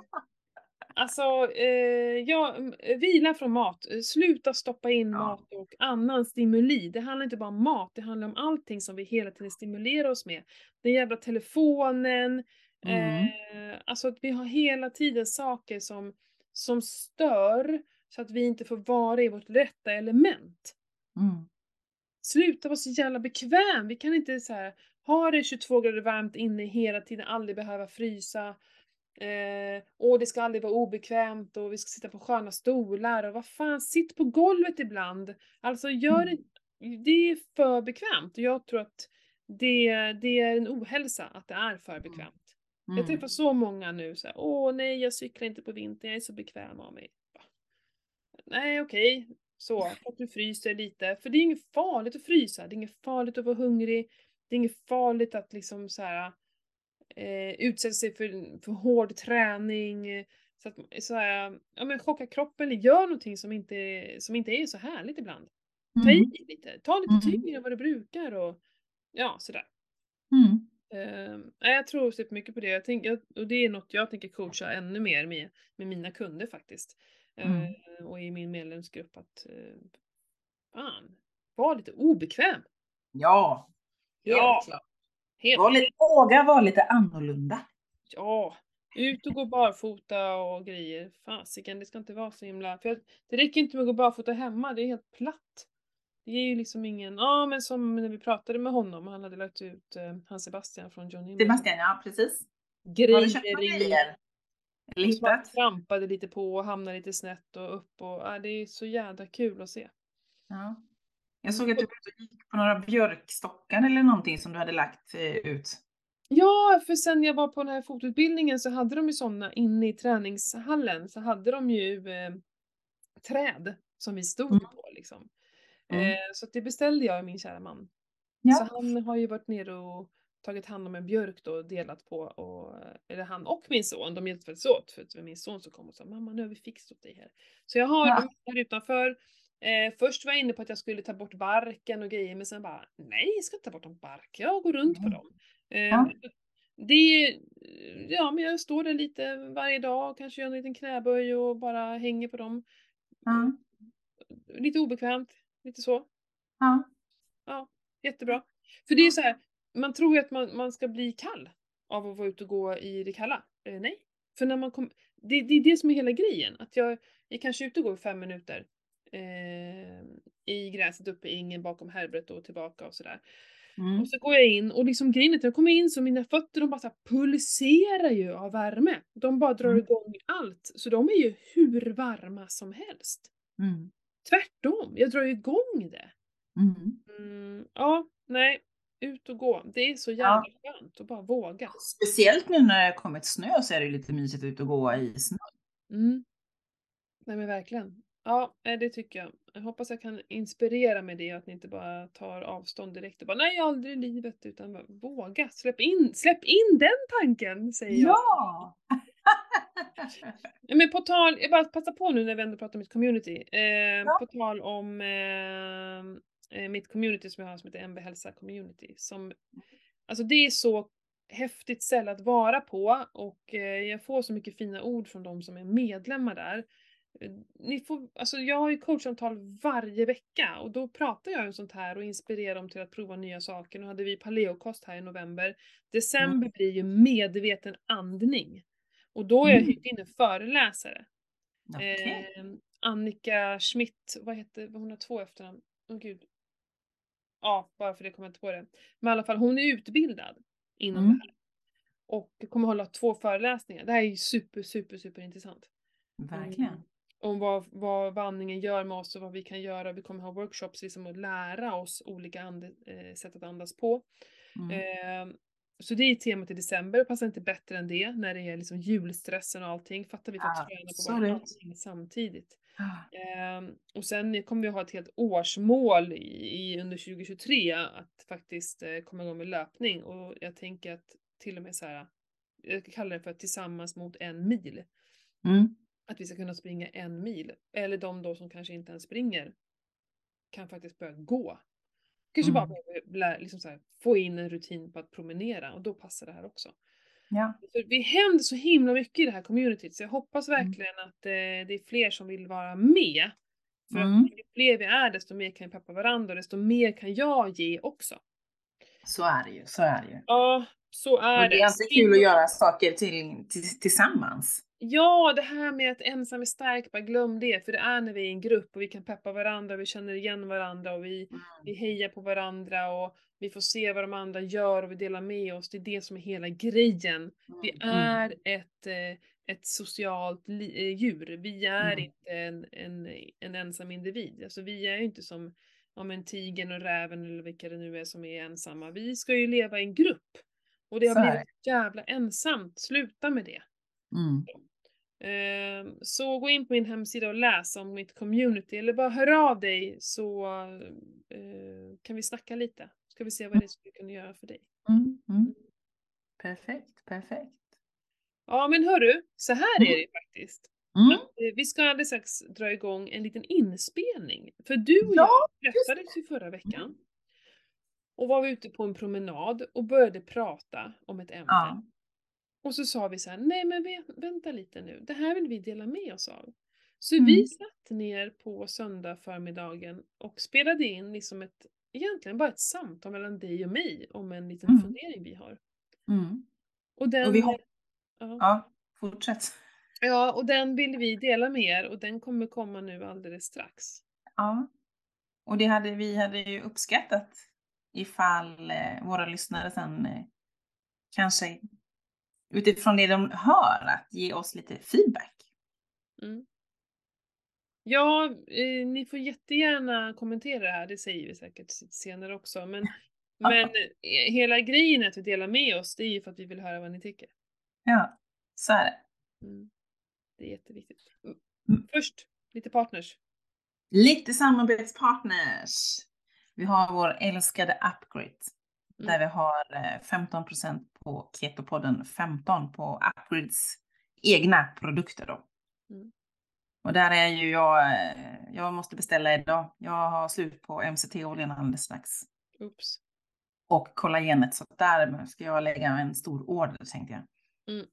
Alltså, eh, ja, m- vila från mat. Eh, Sluta stoppa in Ja. mat och annan stimuli. Det handlar inte bara om mat, det handlar om allting som vi hela tiden stimulerar oss med. Den jävla telefonen, Mm. eh, alltså att vi har hela tiden saker som, som stör så att vi inte får vara i vårt rätta element. Mm. Sluta vara så jävla bekväm. Vi kan inte så här ha det tjugotvå grader varmt inne hela tiden, aldrig behöva frysa. Eh, och det ska aldrig vara obekvämt och vi ska sitta på sköna stolar och vad fan, sitt på golvet ibland. Alltså gör det, det är för bekvämt och jag tror att det, det är en ohälsa att det är för bekvämt. Jag Mm. träffar så många nu så här: åh nej jag cyklar inte på vintern, jag är så bekväm av mig. Nej okej, så att du fryser lite, för det är inget farligt att frysa, det är inget farligt att vara hungrig, det är inget farligt att liksom så här eh, utsätta sig för, för hård träning, eh, så att så här, ja men chocka kroppen eller gör någonting som inte, som inte är så härligt ibland. Ta i Mm. lite, ta lite Mm. tyngre än vad du brukar och ja sådär. Mm. Uh, jag tror supermycket på det. Jag tänk, jag, och det är något jag tänker coacha ännu mer med, med mina kunder faktiskt. Eh, Mm. och i min medlemsgrupp att uh, fan, var lite obekväm. Ja, helt Ja, klart. helt Var lite, våga vara lite annorlunda. Ja, ut och gå barfota och grejer. Fasiken, det ska inte vara så himla... För jag, det räcker inte med att gå barfota hemma, det är helt platt. Det är ju liksom ingen... Ja, men som när vi pratade med honom, han hade lagt ut eh, Hans Sebastian från John Himmel. Sebastian, ja precis. Grejer Har du köpt några i... grejer? Eller Och så bara hittat? trampade lite på och hamnade lite snett och upp och... Ja, det är så jävla kul att se. Ja. Jag såg att du var ute och gick på några björkstockar eller någonting som du hade lagt eh, ut. Ja, för sen jag var på den här fotutbildningen så hade de ju såna inne i träningshallen, så hade de ju eh, träd som vi stod Mm. på liksom. Mm. Eh, så att det beställde jag av min kära man. Ja. Så han har ju varit nere och tagit hand om en björk då och delat på, och, eller han och min son, de hjälptes faktiskt åt, för att det var min son som kom och sa mamma nu har vi fixat åt dig här. Så jag har Ja. dem här utanför. Eh, först var jag inne på att jag skulle ta bort barken och grejer, men sen bara nej jag ska inte ta bort någon bark, jag går runt på Mm. dem. Eh, Ja. det, ja men jag står där lite varje dag, kanske gör en liten knäböj och bara hänger på dem. Ja. Lite obekvämt, lite så. Ja. Ja, jättebra. För det är så här, man tror ju att man, man ska bli kall av att vara ute och gå i det kalla. Eh, nej. För när man kom, det, det är det som är hela grejen. Att jag, jag kanske är ute och går i fem minuter. Eh, I gräset uppe i ängen bakom härbret och tillbaka och sådär. Mm. Och så går jag in och liksom grejen är att jag kommer in så mina fötter de bara så här pulserar ju av värme. De bara drar Mm. igång allt. Så de är ju hur varma som helst. Mm. Tvärtom, jag drar ju igång det. Mm. Mm, ja, nej. Ut och gå. Det är så Ja. jävla skönt att bara våga. Speciellt nu när det har kommit snö så är det lite mysigt ut och gå i snö. Mm. Nej men verkligen. Ja, eh, det tycker jag. Jag hoppas jag kan inspirera med det och att ni inte bara tar avstånd direkt och bara nej aldrig i livet utan bara våga. Släpp in, släpp in den tanken säger jag. Ja! Ja, men på tal, jag bara passar på nu när vi ändå pratar om mitt community. Eh, Ja. På tal om eh, eh, mitt community som jag har som heter M B Hälsa Community. Som, alltså det är så häftigt ställe att vara på och eh, jag får så mycket fina ord från de som är medlemmar där. Eh, Ni får, alltså jag har ju coachsamtal varje vecka och då pratar jag om sånt här och inspirerar dem till att prova nya saker. Nu hade vi paleokost här i november. December blir ju medveten andning. Och då har jag Mm. hyrt in en föreläsare. Okej. Eh, Annika Schmidt, vad heter, hon har två efternamn. Åh gud. Ja, bara för det kommer jag inte på det. Men i alla fall, hon är utbildad inom Mm. det här. Och kommer hålla två föreläsningar. Det här är ju super, super, super intressant. Verkligen. Mm. Om vad, vad vandringen gör med oss och vad vi kan göra. Vi kommer ha workshops liksom att lära oss olika and, eh, sätt att andas på. Mm. Eh, så det är temat i december, passar inte bättre än det när det är liksom julstressen och allting. Fattar vi får Ja, träna på absolut. vår andning samtidigt. Ah. Eh, och sen kommer vi ha ett helt årsmål i, i under tjugohundratjugotre att faktiskt eh, komma igång med löpning. Och jag tänker att till och med så här, jag kallar det för tillsammans mot en mil. Mm. Att vi ska kunna springa en mil. Eller de då som kanske inte ens springer kan faktiskt börja gå. Kanske Mm. bara behöver lä- liksom så här, få in en rutin på att promenera och då passar det här också. Ja. För det händer så himla mycket i det här communityt så jag hoppas Mm. verkligen att eh, det är fler som vill vara med. För att Mm. ju fler vi är desto mer kan vi peppa varandra och desto mer kan jag ge också. Så är det ju, så är det ju. Ja, så är Och det det. är alltid kul att göra saker till, till, tillsammans. Ja, det här med att ensam är stark, bara glöm det. För det är när vi är i en grupp och vi kan peppa varandra, vi känner igen varandra och vi, Mm. vi hejar på varandra och vi får se vad de andra gör och vi delar med oss. Det är det som är hela grejen. Vi Mm. är ett, eh, ett socialt li- eh, djur. Vi är Mm. inte en, en, en ensam individ. Alltså vi är ju inte som om en tigern och räven eller vilka det nu är som är ensamma. Vi ska ju leva i en grupp. Och det har Så är blivit jävla ensamt. Sluta med det. Mm. Ehm, Så gå in på min hemsida och läs om mitt community eller bara hör av dig så eh, kan vi snacka lite. Ska vi se vad det skulle kunna göra för dig. Mm. Mm. Perfekt, perfekt. Ja men hörru, så här är Mm. det faktiskt. Mm. Att, eh, vi ska alldeles strax dra igång en liten inspelning. För du och Ja, jag just träffades ju förra veckan. Mm. Och var ute på en promenad och började prata om ett ämne. Ja. Och så sa vi så här, nej men vä- vänta lite nu, det här vill vi dela med oss av. Så Mm. vi satt ner på söndag förmiddagen och spelade in liksom ett, egentligen bara ett samtal mellan dig och mig om en liten Mm. fundering vi har. Mm. Och den, Och vi hopp- ja, ja, fortsätt. ja, och den vill vi dela med er och den kommer komma nu alldeles strax. Ja. Och det hade, vi hade ju uppskattat ifall eh, våra lyssnare sen eh, kanske utifrån det de hör att ge oss lite feedback. Mm. Ja, eh, ni får jättegärna kommentera det här, det säger vi säkert senare också. Men, men eh, hela grejen är att vi delar med oss, det är ju för att vi vill höra vad ni tycker. Ja, så är det. Mm. Det är jätteviktigt. Mm. Mm. Först, lite partners. Lite samarbetspartners. Vi har vår älskade Upgrade. Mm. Där vi har eh, femton procent på Ketopodden, femton på Upgrades egna produkter då. Mm. Och där är ju jag, eh, jag måste beställa idag. Jag har slut på M C T-oljan alldeles strax. Oops. Och kollagenet, så där ska jag lägga en stor order tänkte jag. Mm.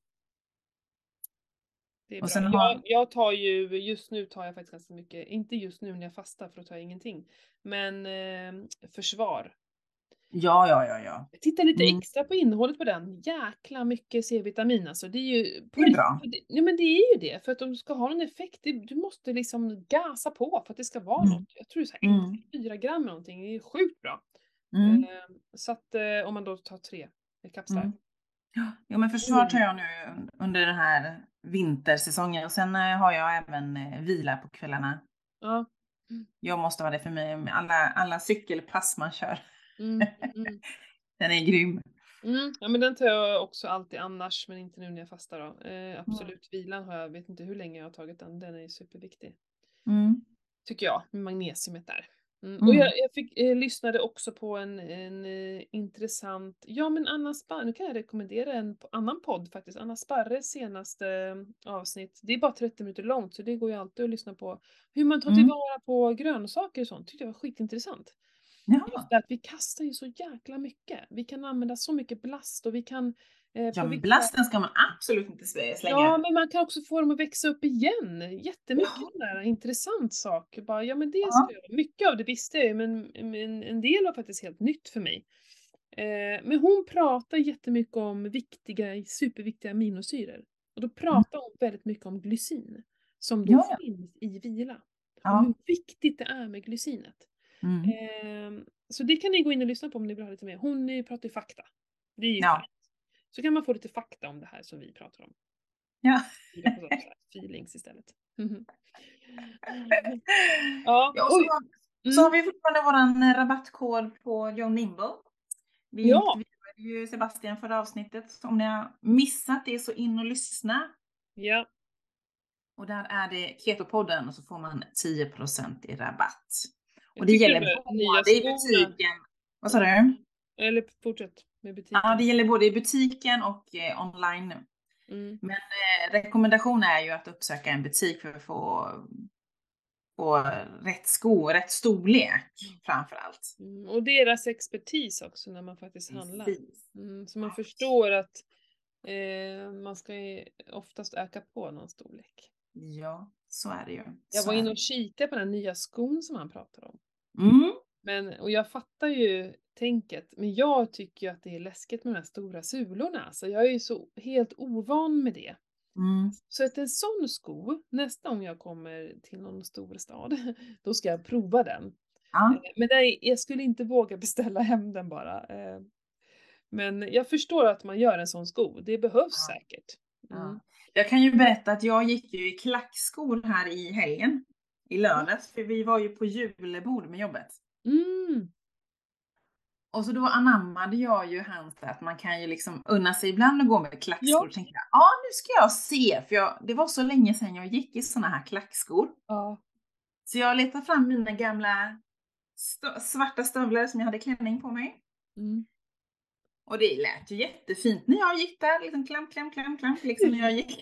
Det är Och bra. sen Jag, har- jag tar ju, just nu tar jag faktiskt ganska mycket, inte just nu när jag fastar för då tar jag ingenting. Men eh, försvar. Ja, ja, ja, ja. Jag tittar lite Mm. extra på innehållet på den. Jäkla mycket C-vitamin alltså. Det är ju... På Det är bra. riktigt- Ja men det är ju det. För att de ska ha någon effekt, det, du måste liksom gasa på för att det ska vara Mm. något. Jag tror det är så här Mm. fyra gram eller någonting. Det är sjukt bra. Mm. Eh, så att eh, om man då tar tre kapslar. Mm. Ja, men försvar tar jag nu under den här vintersäsongen. Och sen eh, har jag även eh, vila på kvällarna. Ja. Jag måste ha det för mig med alla, alla cykelpass man kör. Mm. Mm. Den är grym. Mm, ja men den tar jag också alltid annars, men inte nu när jag fastar då. Eh, absolut, vilan har jag, vet inte hur länge jag har tagit den, den är superviktig. Mm. Tycker jag, med magnesiumet där. Mm. Och Mm. jag, jag fick, eh, lyssnade också på en, en eh, intressant, ja men Anna Sparre, nu kan jag rekommendera en p- annan podd faktiskt, Anna Sparres senaste eh, avsnitt. Det är bara trettio minuter långt så det går ju alltid att lyssna på. Hur man tar Mm. tillvara på grönsaker och sånt, tyckte jag var skitintressant. Just Ja. det att vi kastar ju så jäkla mycket. Vi kan använda så mycket blast och vi kan eh, Ja, på men vissa... blasten ska man absolut inte slä- slänga. Ja, men man kan också få dem att växa upp igen. Jättemycket Jaha. sån där intressant sak. Bara, ja men det ska Ja. jag. Mycket av det visste jag ju, men, men en del var faktiskt helt nytt för mig. Eh, men hon pratar jättemycket om viktiga, superviktiga aminosyror. Och då pratar hon väldigt mycket om glycin. Som då Ja, ja. finns i vila. Om Ja. hur viktigt det är med glycinet. Mm. Eh, så det kan ni gå in och lyssna på om ni vill ha lite mer. Hon eh, pratar ju fakta. Det är ju Ja. fint. Så kan man få lite fakta om det här som vi pratar om. Ja. Det får så här feelings istället. Mhm. Ja, Ja, och så, oj. har, så har Mm. vi fortfarande våran rabattkod på John Nimble. Vi Ja. intervjuade ju Sebastian förra avsnittet. Så om ni har missat det så in och lyssna. Ja. Och där är det Ketopodden och så får man tio procent i rabatt. Jag Och det tycker gäller de nya både i skorna- butiken. Vad sa du? Eller fortsätt med butiken. Ja, det gäller både i butiken och eh, online. Mm. Men eh, rekommendation är ju att uppsöka en butik för att få, få rätt sko, rätt storlek framför allt. Mm. Och deras expertis också när man faktiskt handlar. Precis. Mm. Så man förstår att eh, man ska ju oftast öka på någon storlek. Ja, så är det ju. Jag Så var är inne det. och kikade på den nya skon som han pratar om. Mm. Men, och jag fattar ju tänket, men jag tycker ju att det är läskigt med de här stora sulorna. Så jag är ju så helt ovan med det. Mm. Så att en sån sko, nästa gång jag kommer till någon stor stad, då ska jag prova den. Ja. Eh, Men nej, jag skulle inte våga beställa hem den bara. Eh, Men jag förstår att man gör en sån sko, det behövs Ja. säkert. Mm. Ja. Jag kan ju berätta att jag gick ju i klackskor här i helgen. I lördags, för vi var ju på julbord med jobbet. Mm. Och så då anammade jag ju hans att man kan ju liksom unna sig ibland att gå med klackskor. Ja. Och tänkte jag, ja nu ska jag se, för jag, det var så länge sedan jag gick i såna här klackskor. Ja. Så jag letade fram mina gamla st- svarta stövlar som jag hade klänning på mig. Mm. Och det lät ju jättefint när jag gick där, liksom klam, klam, klam, klam, liksom när jag gick.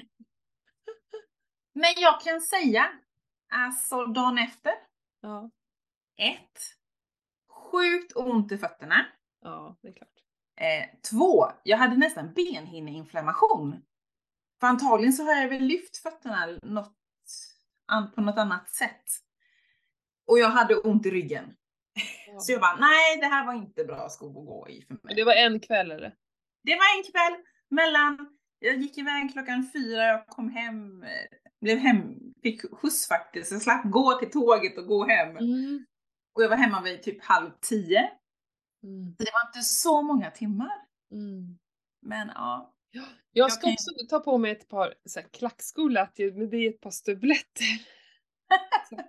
Men jag kan säga, alltså dagen efter, Ja. ett, sjukt ont i fötterna. Ja, det är klart. Eh, två, jag hade nästan benhinneinflammation. För antagligen så har jag väl lyft fötterna något, an, på något annat sätt. Och jag hade ont i ryggen. Ja. Så jag bara, nej det här var inte bra skor att gå i för mig. Men det var en kväll eller? Det var en kväll mellan, jag gick iväg klockan fyra, jag kom hem, eh, blev hem, fick skjuts faktiskt. Jag slapp gå till tåget och gå hem. Mm. Och jag var hemma vid typ halv tio. Mm. Så det var inte så många timmar. Mm. Men ja. Ja, jag Jag ska kan- också ta på mig ett par så här, klackskor, lät ju, men det är ett par stövletter. Så.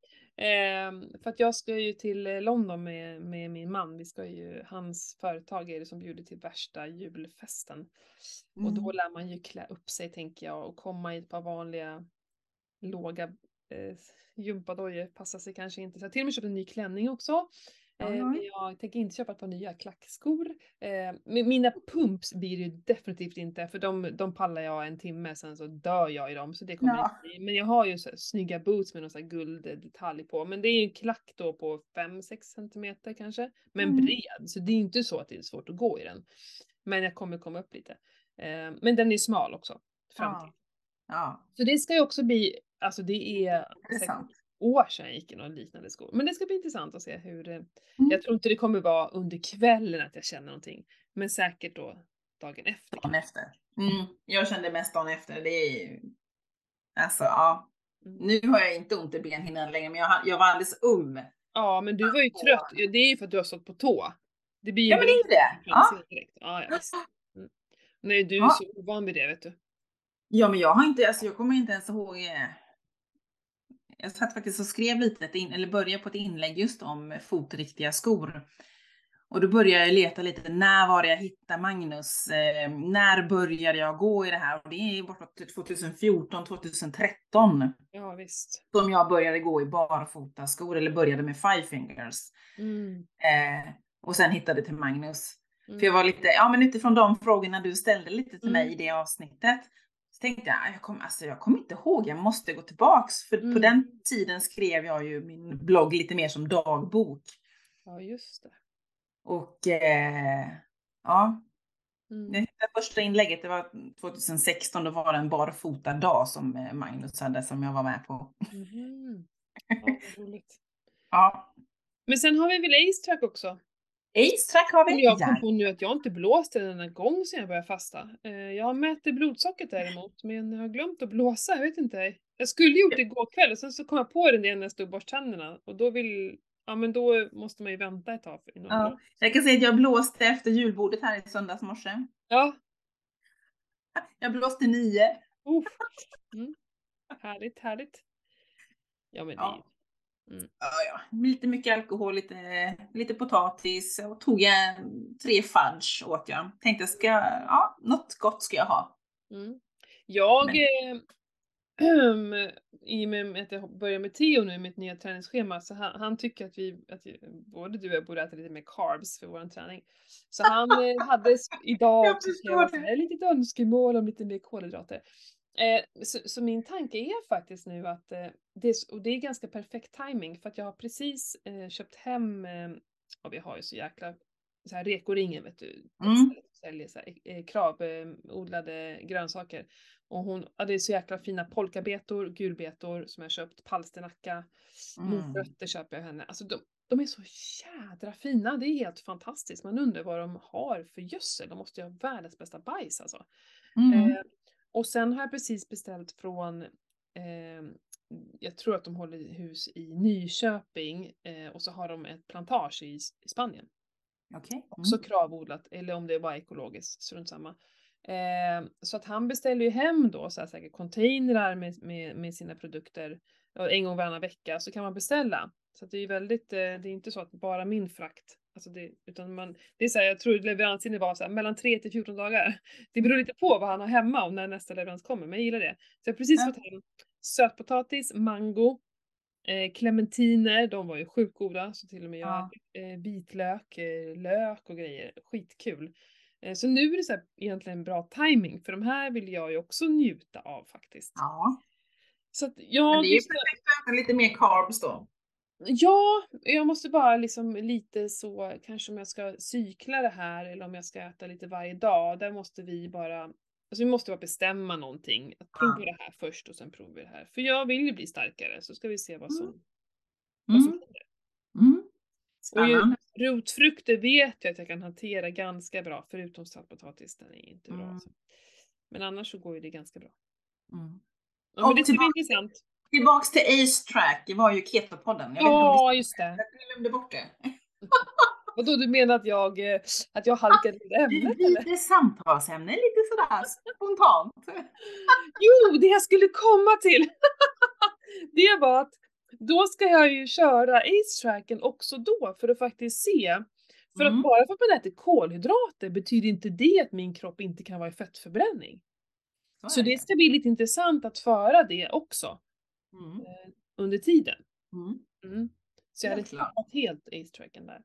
Ehm, för att jag ska ju till eh, London med, med min man. Vi ska ju, hans företag är det som bjuder till värsta julfesten. Och då Mm. lär man ju klä upp sig tänker jag och komma i ett par vanliga låga eh, gympadojor passar sig kanske inte. Så jag har till och med köpt en ny klänning också. Oj, Eh, oj. men jag tänker inte köpa ett par nya klackskor. Eh, men mina pumps blir det ju definitivt inte för de, de pallar jag en timme sen så dör jag i dem. Så det kommer Ja. inte bli. Men jag har ju så här, snygga boots med någon så här gulddetalj på. Men det är ju en klack då på fem sex centimeter kanske. Men Mm. bred. Så det är inte så att det är svårt att gå i den. Men jag kommer komma upp lite. Eh, men den är smal också. Fram till. Ja. Ja. Så det ska ju också bli, alltså det är säkert Intressant. år sedan jag gick i någon liknande skor. Men det ska bli intressant att se hur, eh, Mm. jag tror inte det kommer vara under kvällen att jag känner någonting. Men säkert då dagen efter. Dagen efter. Mm. Jag kände mest dagen efter. Det är ju... Alltså ja. Mm. Nu har jag inte ont i benhinnan längre, men jag, har- jag var alldeles um. Ja, men du var ju trött. Ja, det är ju för att du har stått på tå. Det blir ju Ja, men det är ju det. Ja. direkt. Ja, ja, visst. Mm. Nej, du är Ja. så ovan vid det, vet du. Ja, men jag har inte, alltså jag kommer inte ens ihåg. eh, Jag satt faktiskt och skrev lite, ett in, eller började på ett inlägg just om fotriktiga skor. Och då började jag leta lite, när var det jag hittade Magnus? Eh, när började jag gå i det här? Och det är bortåt tjugohundrafjorton tjugotretton Ja, visst. som jag började gå i barfotaskor, eller började med Five Fingers. Mm. Eh, och sen hittade till Magnus. Mm. För jag var lite, ja men utifrån de frågorna du ställde lite till Mm. mig i det avsnittet. Så tänkte jag, jag kommer alltså, jag kommer inte ihåg, jag måste gå tillbaks. För Mm. på den tiden skrev jag ju min blogg lite mer som dagbok. Ja, just det. Och eh, ja, Mm. det första inlägget, det var tjugohundrasexton, då var det en barfota dag som eh, Magnus hade, som jag var med på. Mhm. Ja, vad roligt. Ja. Men sen har vi väl Ace Track också. Ace Track har Men vi. jag kom Ja. på nu att jag inte blåst den en gång sedan jag började fasta. Eh, Jag har mätt blodsockret däremot, men jag har glömt att blåsa, jag vet inte. Jag skulle gjort det igår kväll och sen så kom jag på det när jag stod och borstade tänderna. Och då vill, ja men då måste man ju vänta ett tag för innan Ja. blå. Jag kan säga att jag blåste efter julbordet här i söndags morse. Ja, Jag blåste nio. uh. mm. Härligt, härligt. Ja men det är Ja. Mm. Ja, ja. Lite mycket alkohol, lite, lite potatis, och tog jag tre fudge åt jag. Tänkte ska, ja, något gott ska jag ha. Mm. Jag, Men- eh, i och med att jag börjar med Theo nu, mitt nya träningsschema, så han, han tycker att vi, att vi- både du och jag borde äta lite mer carbs för vår träning. Så han eh, hade s- idag Jag också förstår skrivit det. ett litet önskemål om lite mer kolhydrater. Eh, så, så min tanke är faktiskt nu att, eh, det, är s- och det är ganska perfekt timing för att jag har precis eh, köpt hem, eh, och vi har ju så jäkla så här rekoringen, vet du, Mm. säljer så här, eh, kravodlade grönsaker. Och hon, ja, det är så jäkla fina polkabetor, gulbetor som jag köpt, palsternacka, Mm. morötter köper jag henne. Alltså de, de är så jädra fina, det är helt fantastiskt. Man undrar vad de har för gödsel, de måste ju ha världens bästa bajs alltså. Mm. Eh, och sen har jag precis beställt från, eh, jag tror att de håller hus i Nyköping, eh, och så har de ett plantage i, i Spanien. Okej. Mm. Också kravodlat, eller om det var ekologiskt, strunt samma. Eh, så att han beställer ju hem då så här säkert containrar med, med, med sina produkter. Och en gång varannan vecka så kan man beställa. Så att det är ju väldigt, eh, det är inte så att bara min frakt, alltså det, utan man, det är så här, jag tror leveranstiden var så här, mellan tre till fjorton dagar. Det beror lite på vad han har hemma och när nästa leverans kommer, men jag gillar det. Så jag har precis Ja. fått hem sötpotatis, mango, Eh, clementiner, de var ju sjukt goda, så till och med jag Ja. eh, vitlök, eh, lök och grejer, skitkul. Eh, så nu är det så här, egentligen bra timing, för de här vill jag ju också njuta av faktiskt. Ja. Så att Men jag, det är ju perfekt att äta lite mer carbs då. ja, jag måste bara liksom lite så, kanske om jag ska cykla det här eller om jag ska äta lite varje dag, där måste vi bara, alltså vi måste bara bestämma någonting. Att prova Ja. det här först och sen provar vi det här. För jag vill ju bli starkare, så ska vi se vad som, Mm. vad som Mm. händer. Mm. Och ju, Spännande. rotfrukter vet jag att jag kan hantera ganska bra, förutom saltpotatis, den är inte bra. Mm. Alltså. Men annars så går ju det ganska bra. Mm. Ja, men Och det ska bli tillbaka- intressant. Tillbaks till Ace Track, det var ju Ketopodden. Jag vet inte om Ja, vi- just det. Jag glömde bort det. Vadå, du menar att jag, eh, att jag halkade in i ämnet eller? Lite samtalsämne, lite sådär spontant. Jo, det jag skulle komma till! Det var att då ska jag ju köra Ace-tracken också då för att faktiskt se. För Mm. att bara för att man äter kolhydrater betyder inte det att min kropp inte kan vara i fettförbränning. Så, Så är det ska bli lite intressant att föra det också Mm. under tiden. Mm. Mm. Så jag hade Helt klart. tappat helt Ace-tracken där.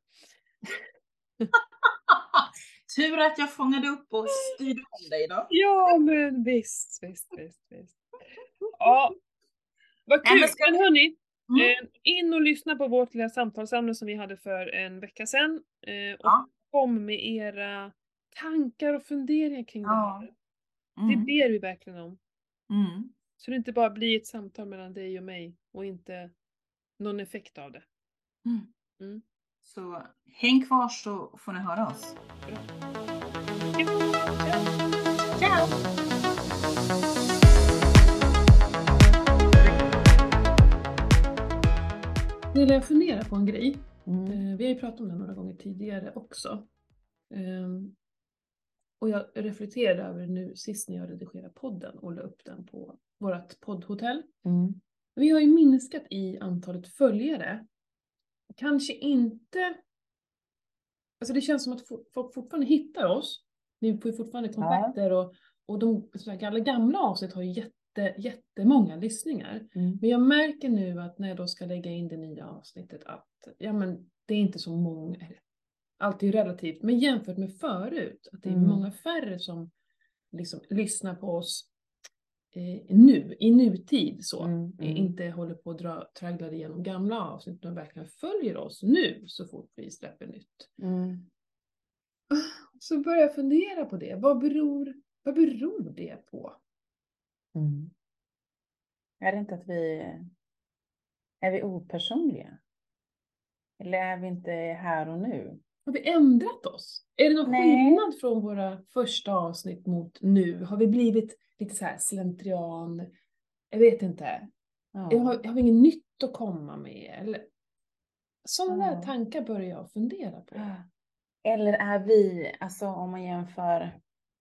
Tur att jag fångade upp och styrde om dig då. Ja, men visst, visst, visst, visst. Ja, vad Nej, kul! men ska- Men hörni, Mm. eh, in och lyssna på vårt lilla samtalsämne som vi hade för en vecka sedan. Eh, och Ja. kom med era tankar och funderingar kring det Ja. här. Det Mm. ber vi verkligen om. Mm. Så det inte bara blir ett samtal mellan dig och mig och inte någon effekt av det. Mm. Mm. Så häng kvar så får ni höra oss. Bra. Okej, ciao. Ciao! Nu vill jag fundera på en grej. Mm. Eh, Vi har ju pratat om det några gånger tidigare också. Ehm, Och jag reflekterade över det nu sist när jag redigerade podden och la upp den på vårt poddhotell. Mm. Vi har ju minskat i antalet följare. Kanske inte alltså det känns som att folk fortfarande hittar oss. Vi får ju fortfarande kontakter och, och de så här, alla gamla avsnitt har ju jätte, jättemånga lyssningar. Mm. Men jag märker nu att när jag då ska lägga in det nya avsnittet att ja, men det är inte så många, allt är ju relativt, men jämfört med förut, att det är Mm. många färre som liksom lyssnar på oss eh, nu, i nutid så. Mm. Mm. Inte håller på att dra, traggla igenom gamla avsnitt, utan verkligen följer oss nu så fort vi släpper nytt. Mm. Så börjar jag fundera på det. Vad beror, vad beror det på? Mm. Är det inte att vi är vi opersonliga? Eller är vi inte här och nu? Har vi ändrat oss? Är det någon Nej. skillnad från våra första avsnitt mot nu? Har vi blivit lite så här slentrian? Jag vet inte. Ja. Har, har vi inget nytt att komma med? Eller... Sådana Ja. där tankar börjar jag fundera på. Eller är vi, alltså om man jämför,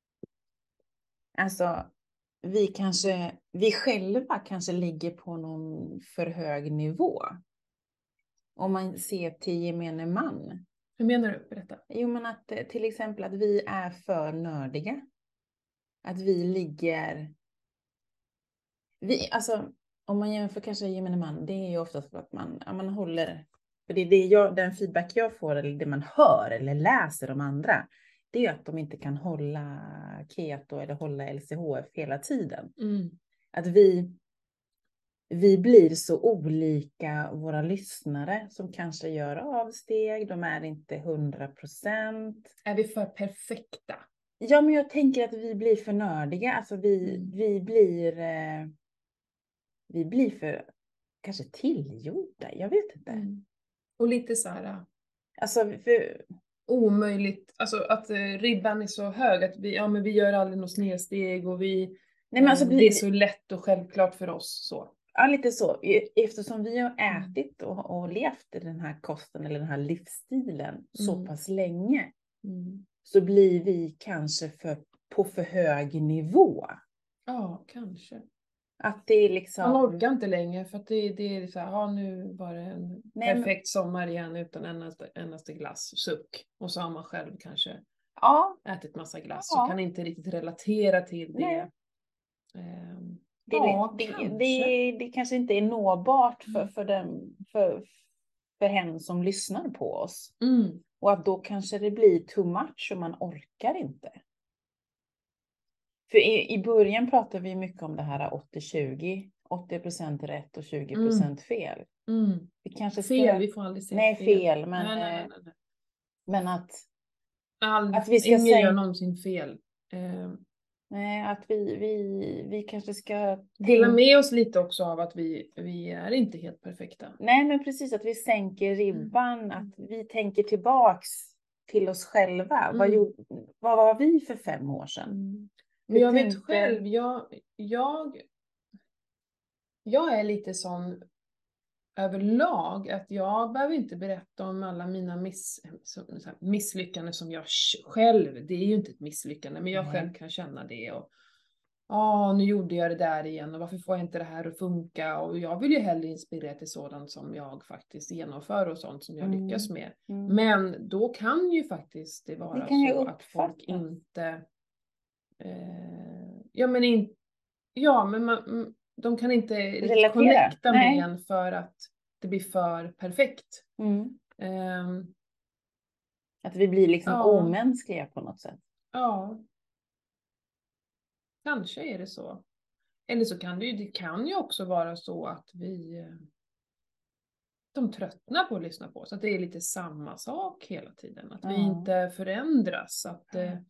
alltså vi kanske, vi själva kanske ligger på någon för hög nivå. Om man ser till gemene man. Hur menar du? Berätta. Jo, men att till exempel att vi är för nördiga. Att vi ligger, vi, alltså om man jämför kanske gemene man, det är ju oftast för att man, ja, man håller, för det är det jag, den feedback jag får eller det man hör eller läser om andra, det är ju att de inte kan hålla keto eller hålla L C H F hela tiden. Mm. Att vi, vi blir så olika våra lyssnare som kanske gör avsteg, de är inte hundra procent. Är vi för perfekta? Ja, men jag tänker att vi blir för nördiga, alltså vi, Mm. vi blir, eh, vi blir för kanske tillgjorda, jag vet inte. Mm. Och lite så här... Alltså, för, omöjligt, alltså att eh, ribban är så hög att vi, ja, men vi gör aldrig något snedsteg och vi, nej, men alltså, eh, vi, det är så lätt och självklart för oss så. Ja, lite så. Eftersom vi har ätit och, och levt i den här kosten eller den här livsstilen mm. så pass länge mm. så blir vi kanske för, på för hög nivå. Ja, kanske. Att det är liksom... Man orkar inte längre för att det, det är så här, ja nu var det en nej, perfekt men... sommar igen utan endaste, endaste glass, suck. Och så har man själv kanske ja. ätit massa glass ja. och kan inte riktigt relatera till det. Um, det, ja, det, kanske. Det, det kanske inte är nåbart för, för, den, för, för hen som lyssnar på oss. Mm. Och att då kanske det blir too much och man orkar inte. För i, i början pratade vi mycket om det här åttio tjugo. åttio procent rätt och tjugo procent fel. Mm. Vi kanske ska... Fel, vi får aldrig säga nej, fel. fel. Men, nej, nej, nej, nej. men att... All, att vi ska ingen säga... gör någonsin fel. Eh, nej, att vi, vi, vi kanske ska... dela med oss lite också av att vi, vi är inte helt perfekta. Nej, men precis. Att vi sänker ribban. Mm. Att vi tänker tillbaks till oss själva. Mm. Vad, gjorde, vad var vi för fem år sedan? Mm. Men jag tänkte... vet själv, jag, jag, jag är lite sån överlag att jag behöver inte berätta om alla mina miss, misslyckanden som jag själv, det är ju inte ett misslyckande, men jag Nej. själv kan känna det och ja, nu gjorde jag det där igen och varför får jag inte det här att funka och jag vill ju hellre inspirera till sådant som jag faktiskt genomför och sånt som jag mm. lyckas med. Mm. Men då kan ju faktiskt det vara det så att folk inte eh, ja men inte ja men man, de kan inte riktigt connecta med en för att det blir för perfekt. Mm. Um, att vi blir liksom ja. omänskliga på något sätt. Ja. Kanske är det så. Eller så kan det ju, det kan ju också vara så att vi de tröttnar på att lyssna på oss. Att det är lite samma sak hela tiden. Att ja. vi inte förändras. Att ja. eh,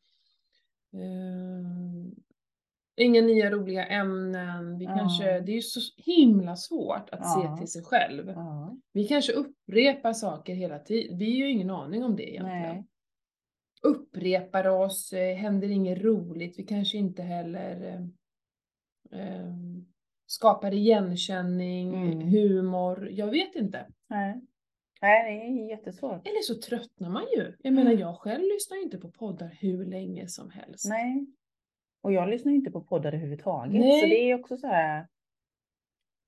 inga nya roliga ämnen. Vi ja. kanske, det är ju så himla svårt att ja. se till sig själv. Ja. Vi kanske upprepar saker hela tiden. Vi har ju ingen aning om det egentligen. Nej. Upprepar oss, händer inget roligt. Vi kanske inte heller eh, eh, skapar igenkänning, mm. humor. Jag vet inte. Nej. Nej, det är jättesvårt. Eller så tröttnar man ju. Jag menar, jag själv lyssnar inte på poddar hur länge som helst. Nej. Och jag lyssnar inte på poddar överhuvudtaget. Nej. Så det är också så här...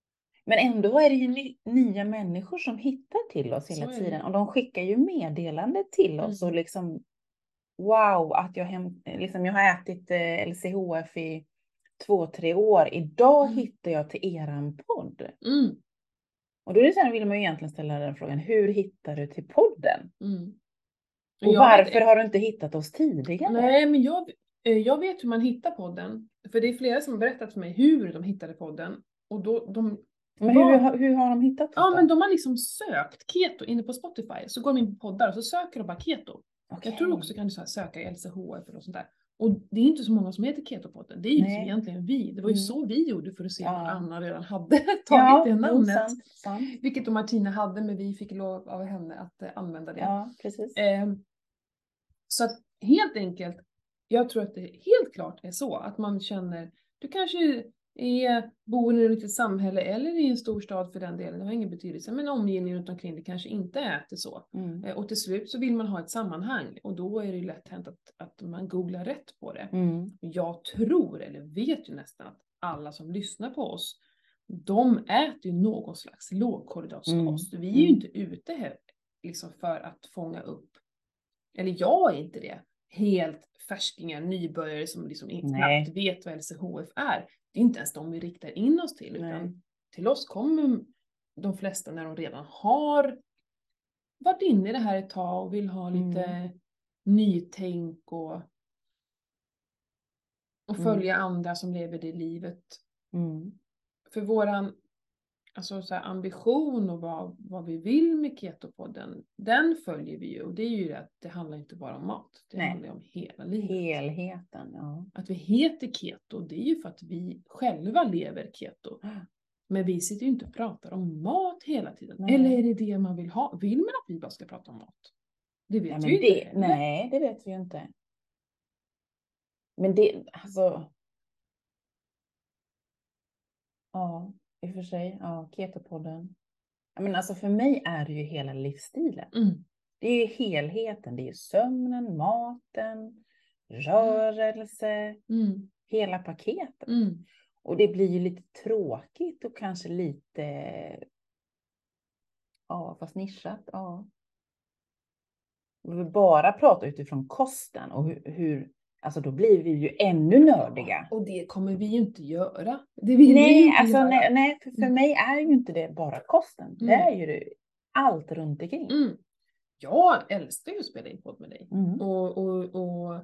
Men ändå är det ju ny, nya människor som hittar till oss hela Så är det. tiden. Och de skickar ju meddelande till oss. Mm. Och liksom, wow, att jag, hem, liksom, jag har ätit eh, L C H F i två, tre år. Idag Mm. hittar jag till eran podd. Mm. Och då är det så här, vill man ju egentligen ställa den frågan. Hur hittar du till podden? Mm. Och Jag varför vet- har du inte hittat oss tidigare? Nej, men jag, eh, jag vet hur man hittar podden. För det är flera som har berättat för mig hur de hittade podden. Och då, de, Men var- hur, har- hur har de hittat oss Ja, då? men de har liksom sökt keto inne på Spotify. Så går de in på poddar och så söker de bara keto. Okej. Jag tror också kan du så här söka L C H F och sånt där. Och det är inte så många som heter Ketopodden. Det är ju Nej. liksom egentligen vi. Det var ju Mm. så vi gjorde för att se Ja. om Anna redan hade tagit Ja, det jo, namnet. sant, sant. Vilket då Martina hade, men vi fick lov av henne att eh, använda det. Ja, precis. Ehm, så att helt enkelt, jag tror att det helt klart är så att man känner, du kanske är, bor i ett litet samhälle eller i en stor stad för den delen, det har ingen betydelse, men omgivningen runt omkring det kanske inte äter så. Mm. Eh, Och till slut så vill man ha ett sammanhang och då är det ju lätt hänt att, att man googlar rätt på det. Mm. Jag tror, eller vet ju nästan att alla som lyssnar på oss, de äter ju någon slags lågkolhydratskost. Vi är ju Mm. inte ute här liksom för att fånga upp, eller jag är inte det, helt färskingar, nybörjare som liksom Nej. knappt vet vad L C H F är. Det är inte ens de vi riktar in oss till, Nej. utan till oss kommer de flesta när de redan har varit inne i det här ett tag och vill ha lite Mm. nytänk och, och Mm. följa andra som lever det livet. Mm. För våran alltså så här, ambition och vad, vad vi vill med Ketopodden, den följer vi ju. Och det är ju det att det handlar inte bara om mat. Det Nej. handlar ju om hela livet. Helheten, ja. Att vi heter keto, det är ju för att vi själva lever keto. Men vi sitter ju inte och pratar om mat hela tiden. Nej. Eller är det det man vill ha? Vill man att vi bara ska prata om mat? Det vet Nej, vi men ju det, inte. eller? nej, det vet vi ju inte. Men det, alltså. Ja, i och för sig. Ja, Ketopodden. Ja, men alltså för mig är det ju hela livsstilen. Mm. Det är ju helheten. Det är ju sömnen, maten, rörelse, Mm. hela paketet. Mm. Och det blir ju lite tråkigt och kanske lite, ja, fast nischat, ja. Vi vill bara prata utifrån kosten och hur, hur, alltså då blir vi ju ännu nördiga. Och det kommer vi ju inte göra. Det vill vi ju Nej, inte alltså göra. nej, nej, för, för Mm. mig är ju inte det bara kosten. Det Mm. är ju det, allt runt omkring. Mm. Jag älskar ju att spela in podd med dig. Mm. Och, och, och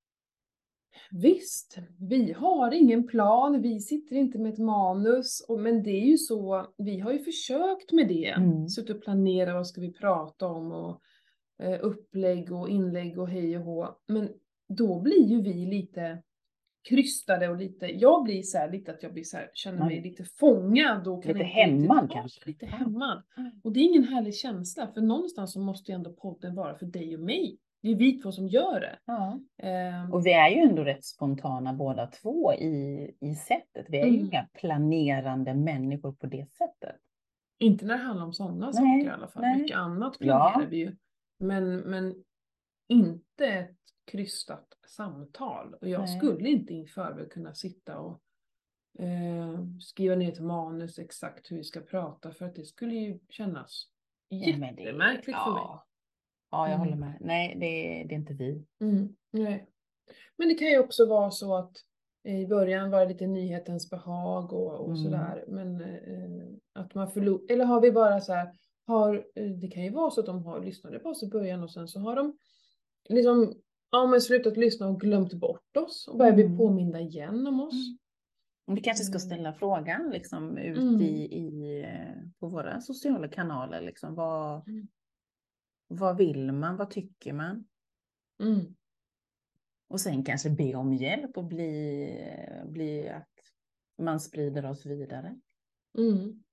visst, vi har ingen plan, vi sitter inte med ett manus, och, men det är ju så, vi har ju försökt med det. Mm. Suttit och planera vad ska vi prata om och eh, upplägg och inlägg och hej och hå. Men då blir ju vi lite krystade och lite, jag blir så här lite att jag blir så här, känner mig Mm. lite fångad och kan Lite inte riktigt- hämmad ja, kanske. lite hämmad. Mm. Och det är ingen härlig känsla, för någonstans så måste ju ändå podden vara för dig och mig. Det är vi två som gör det. Ja. Ehm, Och vi är ju ändå rätt spontana båda två i, i sättet. Vi är ju Mm. inga planerande människor på det sättet. Inte när det handlar om sådana Nej, saker i alla fall. nej. Mycket annat planerar Ja. vi ju. Men, men inte ett krystat samtal. Och jag Nej. skulle inte i förväg kunna sitta och eh, skriva ner ett manus exakt hur vi ska prata. För att det skulle ju kännas Ja, men det- jättemärkligt för mig. Ja, ja jag Mm. håller med. Nej, det, det är inte vi. Mm, nej. Men det kan ju också vara så att i början var det lite nyhetens behag och, och Mm. sådär. Men eh, att man förlorar, eller har vi bara så här, har, eh, det kan ju vara så att de har lyssnat på oss i början och sen så har de liksom, ja men slutat lyssna och glömt bort oss och börjar bli Mm. påminda igen om oss. Mm. Vi kanske ska Mm. ställa frågan liksom ut Mm. i, i, eh, på våra sociala kanaler. Liksom, vad, Mm. vad vill man? Vad tycker man? Mm. Och sen kanske be om hjälp och bli, bli att man sprider oss vidare. Mm.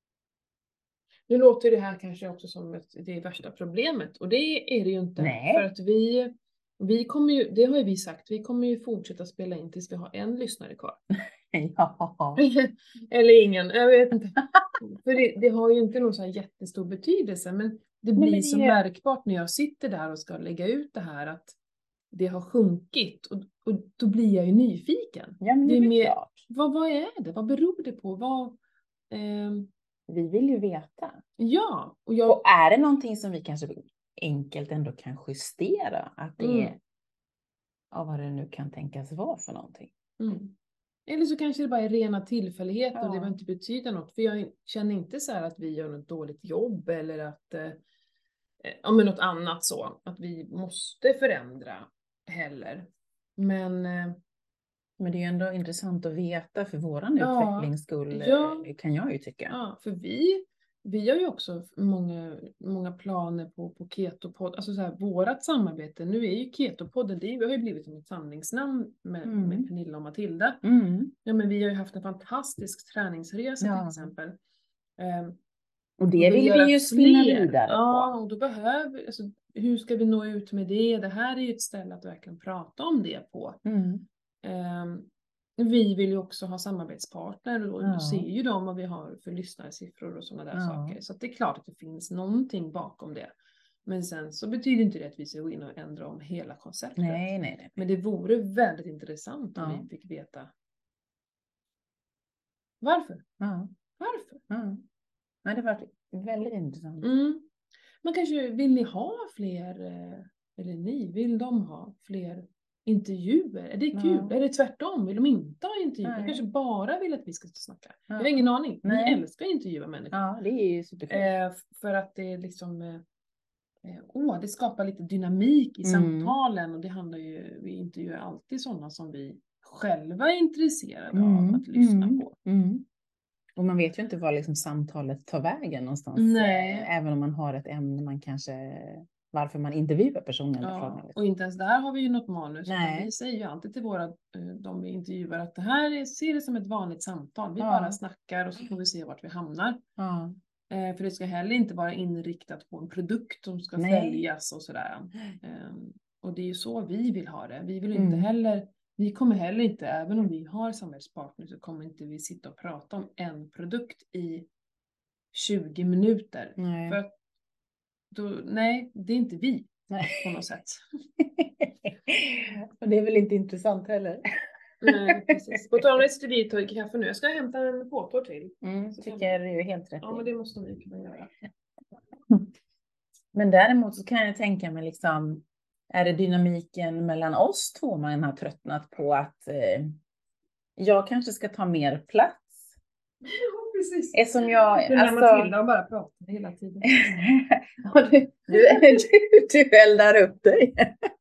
Nu låter det här kanske också som ett, det värsta problemet, och det är det ju inte. Nej. För att vi, vi kommer ju, det har ju vi sagt, vi kommer ju fortsätta spela in tills vi har en lyssnare kvar. Ja. Eller ingen, jag vet inte. För det, det har ju inte någon så här jättestor betydelse, men det blir men det så är- märkbart när jag sitter där och ska lägga ut det här att det har sjunkit, och, och då blir jag ju nyfiken. Ja, men det Det är är väl mer- klart. Vad, vad är det? Vad beror det på? Vad, ehm, vi vill ju veta. Ja. Och, jag... och är det någonting som vi kanske enkelt ändå kan justera? Att det Mm. är, ja, vad det nu kan tänkas vara för någonting. Mm. Eller så kanske det bara är rena tillfälligheter Ja. och det behöver inte betyda något. För jag känner inte så här att vi gör något dåligt jobb eller att, eh, ja men något annat så. Att vi måste förändra heller. Men... Eh, Men det är ju ändå intressant att veta för våran Ja, utvecklings skull, ja. kan jag ju tycka. Ja, för vi, vi har ju också många, många planer på, på Ketopod, alltså så här, vårat samarbete, nu är ju Ketopodden, det har ju blivit som ett samlingsnamn med, Mm. med Pernilla och Matilda. Mm. Ja men vi har ju haft en fantastisk träningsresa Ja. till exempel. Um, Och det vill vi ju spinna vidare ja, på. och då behöver, alltså, hur ska vi nå ut med det? Det här är ju ett ställe att verkligen prata om det på. Mm. Um, vi vill ju också ha samarbetspartner och Ja. då ser ju de vad vi har för lyssnarsiffror och sådana där Ja. saker. Så att det är klart att det finns någonting bakom det. Men sen så betyder inte det att vi ska gå in och ändra om hela konceptet. Nej, nej, nej. Men det vore väldigt intressant om Ja. vi fick veta varför. Ja. Varför? Ja. Men det var väldigt intressant. Mm. Man kanske, vill ni ha fler, eller ni, vill de ha fler intervjuer? Är det kul? Ja. Är det tvärtom? Vill de inte ha intervjuer? Nej. De kanske bara vill att vi ska snacka. Ja. Jag har ingen aning. Nej. Vi älskar att intervjua människor. Ja, det är ju superkul. Eh, för att det är liksom, eh, åh, det skapar lite dynamik i Mm. samtalen och det handlar ju, vi intervjuar alltid sådana som vi själva är intresserade Mm. av att lyssna Mm. på. Mm. Och man vet ju inte var liksom samtalet tar vägen någonstans. Nej. Eh, Även om man har ett ämne man kanske, varför man intervjuar personen. Ja, frågan. och inte ens där har vi ju något manus. Nej. Utan vi säger ju alltid till våra, eh, de vi intervjuar att det här är, ser det som ett vanligt samtal. Vi Ja. bara snackar och så får vi se vart vi hamnar. Ja. Eh, för det ska heller inte vara inriktat på en produkt som ska Nej. säljas och sådär. Eh, och det är ju så vi vill ha det. Vi vill inte Mm. heller, vi kommer heller inte, även om vi har samarbetspartner så kommer inte vi sitta och prata om en produkt i tjugo minuter. Nej. För att då, nej, det är inte vi Nej. på något sätt. Och det är väl inte intressant heller. Nej, precis. På tal om det sitter vi och tar kaffe nu. Jag ska hämta en påtår till. Mm, Så tycker kan- jag det är helt rätt. Ja, men det måste vi kunna göra. Men däremot så kan jag tänka mig liksom, är det dynamiken mellan oss två man har tröttnat på att eh, jag kanske ska ta mer plats? Ja, precis. Eftersom jag, Den där alltså, Matilda och bara pratar hela tiden. Ja, du, du, du, du eldar upp dig.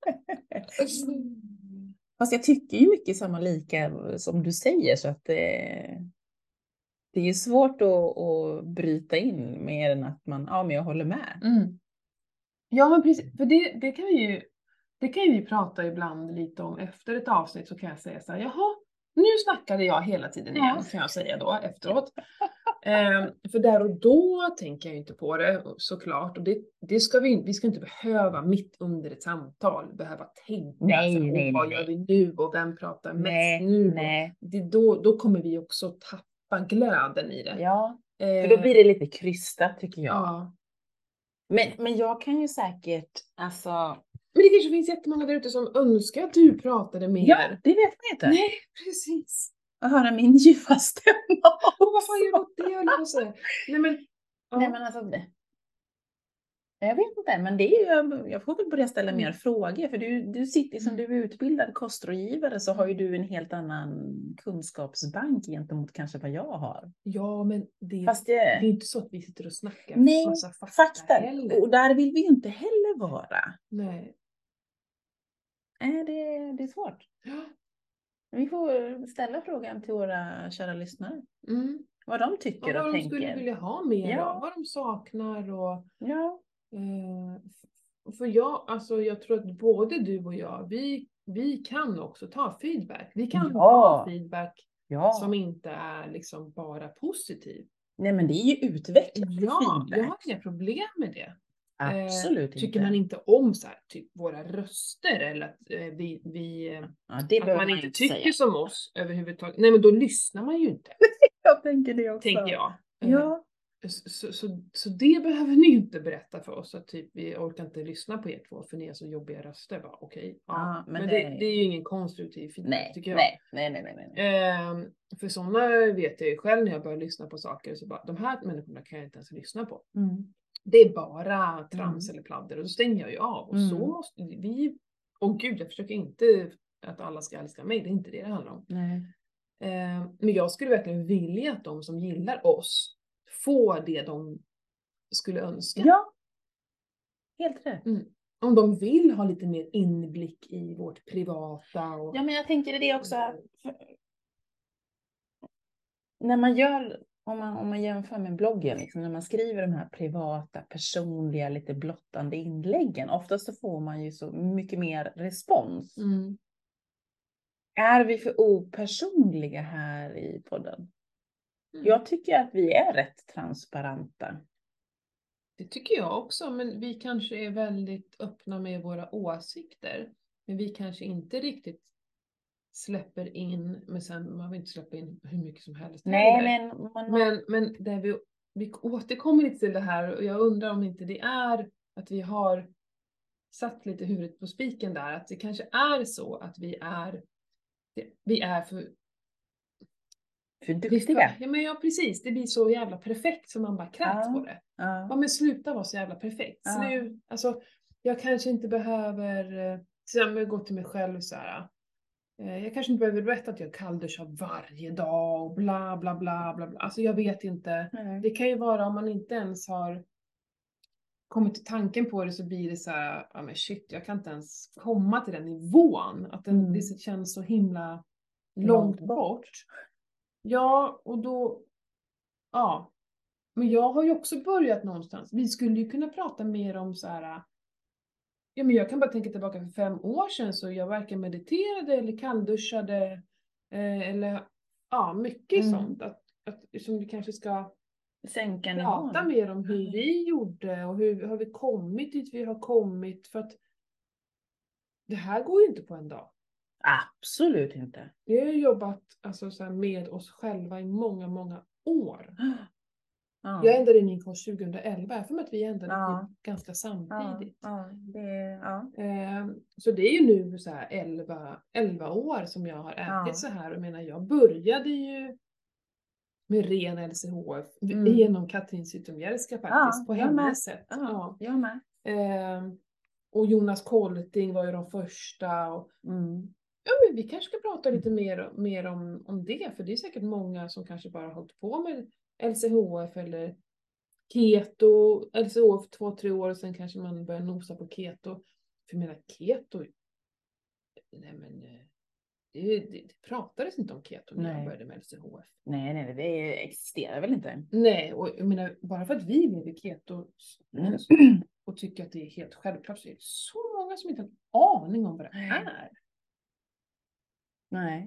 Fast jag tycker ju mycket samma lika som du säger så att det, det är ju svårt att, att bryta in mer än att man, ja men jag håller med. Mm. Ja, men precis. För det, det kan vi ju, det kan vi prata ibland lite om efter ett avsnitt så kan jag säga så här, jaha, nu snackade jag hela tiden igen, Ja. kan jag säga då efteråt. Ehm, för där och då tänker jag inte på det såklart. Och det, det ska vi, vi ska inte behöva mitt under ett samtal behöva tänka. Nej, så här, nej, "Åh, vad nej. gör vi nu och vem pratar mest Nej, nu? Då? nej. Det, då, då kommer vi också tappa glöden i det. Ja, Ehm, för då blir det lite krystat tycker jag. ja. Men, men jag kan ju säkert, alltså, Men det kanske finns jättemånga där ute som önskar att du pratade mer. ja det vet man inte. Nej, precis. Att höra min ljuva stämma. Och vad fan gör åt det, höll jag på att säga. Nej men, ja. Nej men alltså, det- jag vet inte, men det är ju, jag får väl börja ställa Mm. mer frågor. För du, du sitter som Mm. du är utbildad kostrådgivare så har ju du en helt annan kunskapsbank gentemot kanske vad jag har. Ja, men det, Fast det är det, inte så att vi sitter och snackar nej, massa fakta, fakta, heller. och där vill vi ju inte heller vara. Nej. Nej, det, det är svårt. Ja. Vi får ställa frågan till våra kära lyssnare. Mm. Vad de tycker Ja, och vad de tänker. skulle vilja ha mer Ja. av, vad de saknar och Ja. eh, f- för jag, alltså jag tror att både du och jag, vi, vi kan också ta feedback. Vi kan Ja. ha feedback Ja. som inte är liksom bara positiv. Nej men det är ju utvecklande Ja, feedback. jag har inga problem med det. Absolut Eh, tycker inte. man inte om så här, typ våra röster eller att eh, vi, vi eh, Ja, det att behöver man man inte inte tycker säga. som oss överhuvudtaget. Nej men då lyssnar man ju inte, Jag tänker det också. tänker jag. Eh, Ja. Så, så, så det behöver ni inte berätta för oss, att typ vi orkar inte lyssna på er två för ni är så jobbiga röster. Bara, okej, ja. Ja, men men det- det, det är ju ingen konstruktiv feedback, Nej, tycker jag. nej, nej, nej, nej, nej. Ehm, för sådana vet jag ju själv när jag börjar lyssna på saker, så bara, de här människorna kan jag inte ens lyssna på. Mm. Det är bara trams Mm. eller pladder, och då stänger jag ju av. Och Mm. så måste vi, och gud, jag försöker inte att alla ska älska mig, det är inte det det handlar om. Nej. Ehm, men jag skulle verkligen vilja att de som gillar oss får det de skulle önska. Ja, helt rätt. Mm. Om de vill ha lite mer inblick i vårt privata. Och... Ja, men jag tänker det också. För... När man gör, om man, om man jämför med bloggen, liksom, när man skriver de här privata, personliga, lite blottande inläggen, oftast så får man ju så mycket mer respons. Mm. Är vi för opersonliga här i podden? Mm. Jag tycker att vi är rätt transparenta. Det tycker jag också, men vi kanske är väldigt öppna med våra åsikter. Men vi kanske inte riktigt släpper in, men sen man vill inte släppa in hur mycket som helst Nej, heller. men man Men, men där vi, vi återkommer lite till det här, och jag undrar om inte det är att vi har satt lite huvudet på spiken där, att det kanske är så att vi är, vi är för för duktiga. Ja, men ja, precis. Det blir så jävla perfekt så man bara kräks Ja, på det. ja. Ja, men sluta vara så jävla perfekt. Ja. Slut. Alltså, jag kanske inte behöver, eh, så jag går till mig själv så här. Eh, jag kanske inte behöver berätta att jag kallduschar varje dag och bla bla bla bla bla. Alltså jag vet inte. Nej. Det kan ju vara om man inte ens har kommit till tanken på det, så blir det så här, ja men shit, jag kan inte ens komma till den nivån. Att den, Mm. det känns så himla långt, Långt bort. bort. Ja, och då, ja. Men jag har ju också börjat någonstans. Vi skulle ju kunna prata mer om så här. Ja, men jag kan bara tänka tillbaka för fem år sedan, så jag varken mediterade eller kallduschade. Eh, eller, ja, mycket Mm. sånt. Att, att, som vi kanske ska Sänka prata nivån. mer om hur vi gjorde och hur har vi kommit dit vi har kommit. För att det här går ju inte på en dag. Absolut inte. Vi har ju jobbat alltså, så här, med oss själva i många, många år. Ja. Jag ändrade min kurs tjugoelva, jag får med att vi ändrade Ja. typ ganska samtidigt. Ja, ja, det, ja. Eh, så det är ju nu så här elva, elva år som jag har ätit Ja. så här. Och menar, jag började ju med ren L C H F Mm. genom Katrin Zytomierska faktiskt, Ja, på jag med. hennes sätt. Ja, Ja. jag med. Eh, och Jonas Kolting var ju de första. Och, Mm. ja, men vi kanske ska prata lite mer, mer om, om det, för det är säkert många som kanske bara har hållit på med L C H F eller keto, L C H F två, tre år, och sen kanske man börjar nosa på keto. För jag menar, keto, nej men det, det, det pratades inte om keto när Nej. jag började med L C H F. Nej, nej, det existerar väl inte. Nej, och jag menar, bara för att vi lever keto Mm. och tycker att det är helt självklart, så är det så många som inte har en aning om vad det är. Nej.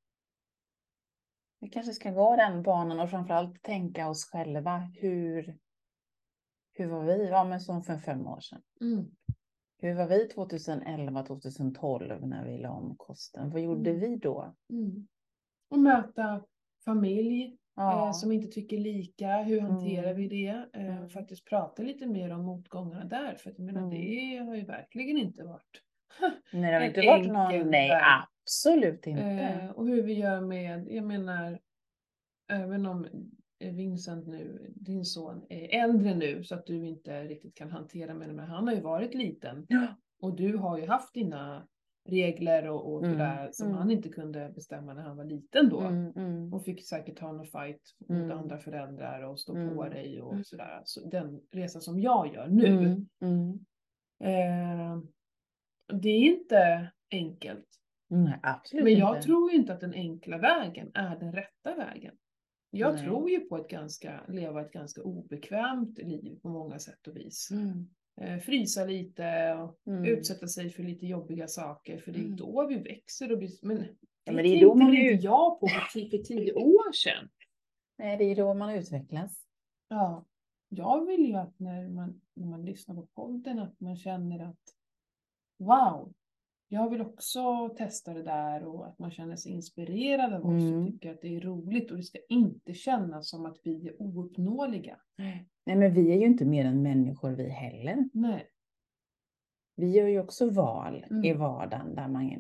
Vi kanske ska gå den banan och framförallt tänka oss själva. Hur, hur var vi? Ja, men som för fem år sedan. Mm. Hur var vi tjugoelva, tjugotolv när vi la om kosten? Vad gjorde Mm. vi då? Mm. Och möta familj Ja. eh, som inte tycker lika. Hur hanterar Mm. vi det? Eh, Mm. Faktiskt prata lite mer om motgångarna där. För att jag menar, Mm. det har ju verkligen inte varit Nej, det har en inte varit enkel någon... Nej, väg. absolut inte. Eh, och hur vi gör med, jag menar, även om Vincent nu, din son, är äldre nu så att du inte riktigt kan hantera med det, men han har ju varit liten. Ja. Och du har ju haft dina regler och, och Mm. sådär som Mm. han inte kunde bestämma när han var liten då. Mm, mm. Och fick säkert ta en fight mot Mm. andra föräldrar och stå Mm. på dig och Mm. sådär. Så den resa som jag gör nu, Mm. Mm. eh, det är inte enkelt. Nej, absolut Men inte. jag tror ju inte att den enkla vägen är den rätta vägen. Jag Nej. tror ju på att ganska, leva ett ganska obekvämt liv på många sätt och vis. Mm. Eh, frysa lite och Mm. utsätta sig för lite jobbiga saker. För det är Mm. då vi växer och blir... Men det, Ja, men det är då tänkte man väl ut- inte jag på för tio, för tio år sedan. Nej, det är då man utvecklas. Ja. Jag vill ju att när man, när man lyssnar på podden att man känner att wow, jag vill också testa det där och att man känner sig inspirerad av oss Mm. och tycker att det är roligt och det ska inte kännas som att vi är ouppnåeliga. Nej, men vi är ju inte mer än människor vi heller. Nej. Vi gör ju också val Mm. i vardagen där man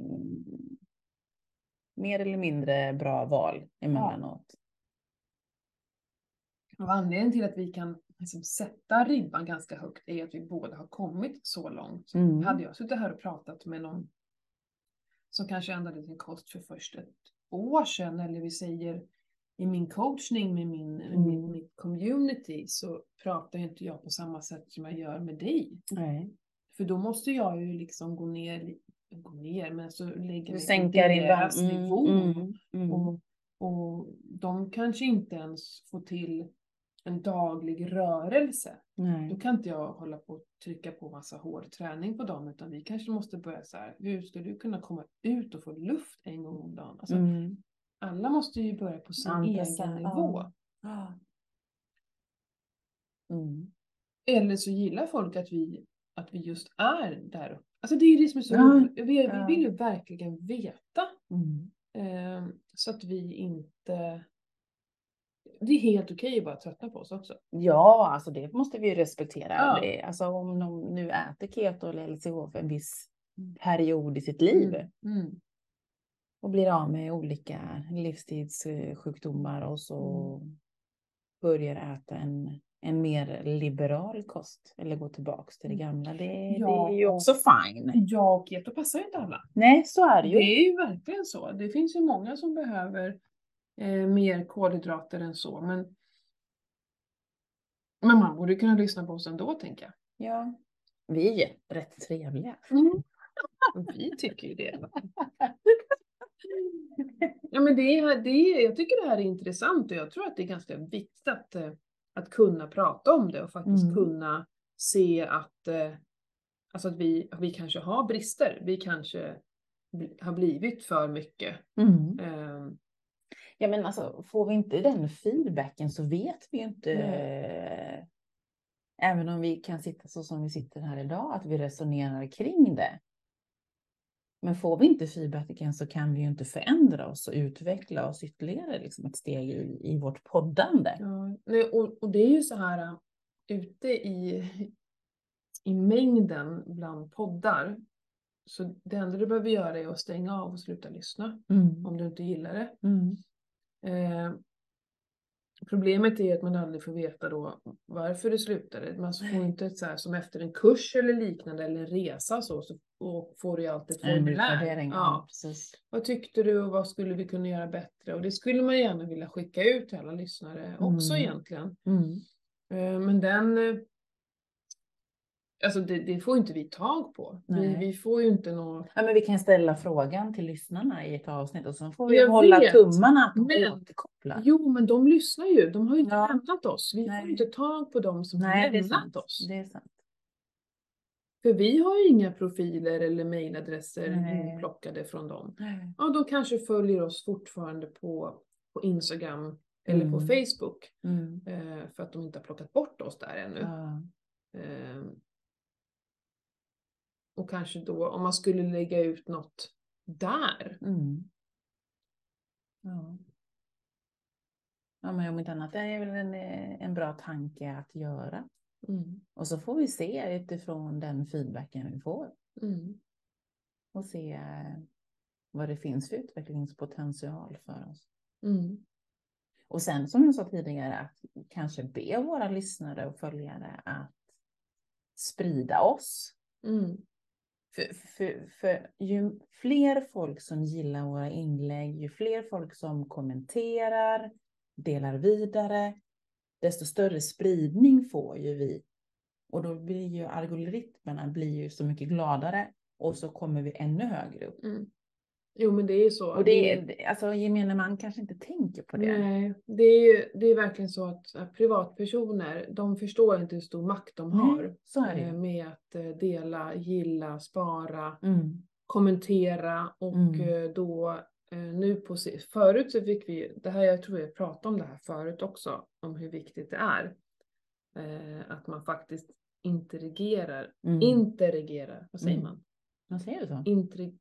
mer eller mindre bra val emellanåt. Och anledningen till att vi kan liksom sätta ribban ganska högt är att vi båda har kommit så långt. Mm. Hade jag suttit här och pratat med någon som kanske ändrade sin kost för först ett år sedan, eller vi säger i min coachning med min, Mm. min, mitt community, så pratar inte jag på samma sätt som jag gör med dig. Nej. För då måste jag ju liksom gå ner, gå ner men så lägga mig Sänka på ribban. deras Mm, nivå. mm, mm. Och, och de kanske inte ens får till en daglig rörelse. Nej. Då kan inte jag hålla på och trycka på massa hård träning på dem, utan vi kanske måste börja så här: hur ska du kunna komma ut och få luft en gång om dagen? Alltså, Mm. alla måste ju börja på sin Anpassa, egen nivå. ja. Mm. Eller så gillar folk att vi, att vi just är där uppe. Alltså det är ju det som är så Ja, roligt. Vi, vi ja. vill ju verkligen veta. Mm. Eh, så att vi inte... Det är helt okej att bara tröttna på oss också. Ja, alltså det måste vi ju respektera. Ja. Det, alltså om de nu äter keto eller L C H för en viss period i sitt liv. Mm. Mm. Och blir av med olika livsstilssjukdomar och så Mm. börjar äta en, en mer liberal kost. Eller gå tillbaka till det gamla. Det, Ja. det är ju också fine. Ja, och keto passar ju inte alla. Nej, så är det ju. Det är ju verkligen så. Det finns ju många som behöver eh, mer kolhydrater än så. Men, men man borde kunna lyssna på oss ändå, tänker jag. Ja. Vi är ju rätt trevliga. Mm. Vi tycker ju det. Ja, men det, är- det, är- jag tycker det här är intressant och jag tror att det är ganska viktigt att, eh, att kunna prata om det och faktiskt Mm. kunna se att, eh, alltså att, vi, att vi kanske har brister. Vi kanske bli- har blivit för mycket. Mm. Eh, Ja, men alltså får vi inte den feedbacken så vet vi ju inte. Nej. Även om vi kan sitta så som vi sitter här idag, att vi resonerar kring det. Men får vi inte feedbacken så kan vi ju inte förändra oss och utveckla oss ytterligare liksom ett steg i, i vårt poddande. ja, nej, och, och det är ju så här uh, ute i, i mängden bland poddar. Så det enda du behöver göra är att stänga av och sluta lyssna. Mm. Om du inte gillar det. Mm. Eh, problemet är att man aldrig får veta då varför det slutade. Man får inte ett så här som efter en kurs eller liknande eller en resa så, så och får du ju alltid ett En formulär. utvärdering, ja, Ja. precis. Vad tyckte du och vad skulle vi kunna göra bättre? Och det skulle man gärna vilja skicka ut till alla lyssnare också Mm. egentligen. Mm. Eh, men den, eh, alltså det, det får inte vi tag på. Vi, Nej. vi får ju inte något. Ja, men vi kan ställa frågan till lyssnarna i ett avsnitt och så får vi Jag hålla vet, tummarna att de men- återkopplar. Jo, men de lyssnar ju. De har ju inte Ja. lämnat oss. Vi Nej. får inte tag på dem som Nej, har det är lämnat sant. oss. Det är sant. För vi har ju inga profiler eller mejladresser Nej. inplockade från dem. Ja, de kanske följer oss fortfarande på, på Instagram eller på Mm. Facebook. Mm. Eh, för att de inte har plockat bort oss där ännu. Ja. Eh, och kanske då, om man skulle lägga ut något där. Mm. Ja. Ja, men om inte annat, det är väl en, en bra tanke att göra. Mm. Och så får vi se utifrån den feedbacken vi får. Mm. Och se eh, vad det finns för utvecklingspotential för oss. Mm. Och sen som jag sa tidigare, att kanske be våra lyssnare och följare att sprida oss. Mm. För, för, för ju fler folk som gillar våra inlägg, ju fler folk som kommenterar, delar vidare, desto större spridning får ju vi. Och då blir ju algoritmerna blir ju så mycket gladare och så kommer vi ännu högre upp. Mm. Jo, men det är ju så. Och det är, alltså gemene man kanske inte tänker på det. Nej, det är ju det är verkligen så att äh, privatpersoner, de förstår inte hur stor makt de har. Nej, så är det. eh, Med att eh, dela, gilla, spara, Mm. kommentera och Mm. eh, då eh, nu på si- förut så fick vi, det här jag tror jag pratade om det här förut också, om hur viktigt det är. Eh, att man faktiskt interagerar, Mm. interagerar, vad säger Mm. man? Vad säger du så? Intri-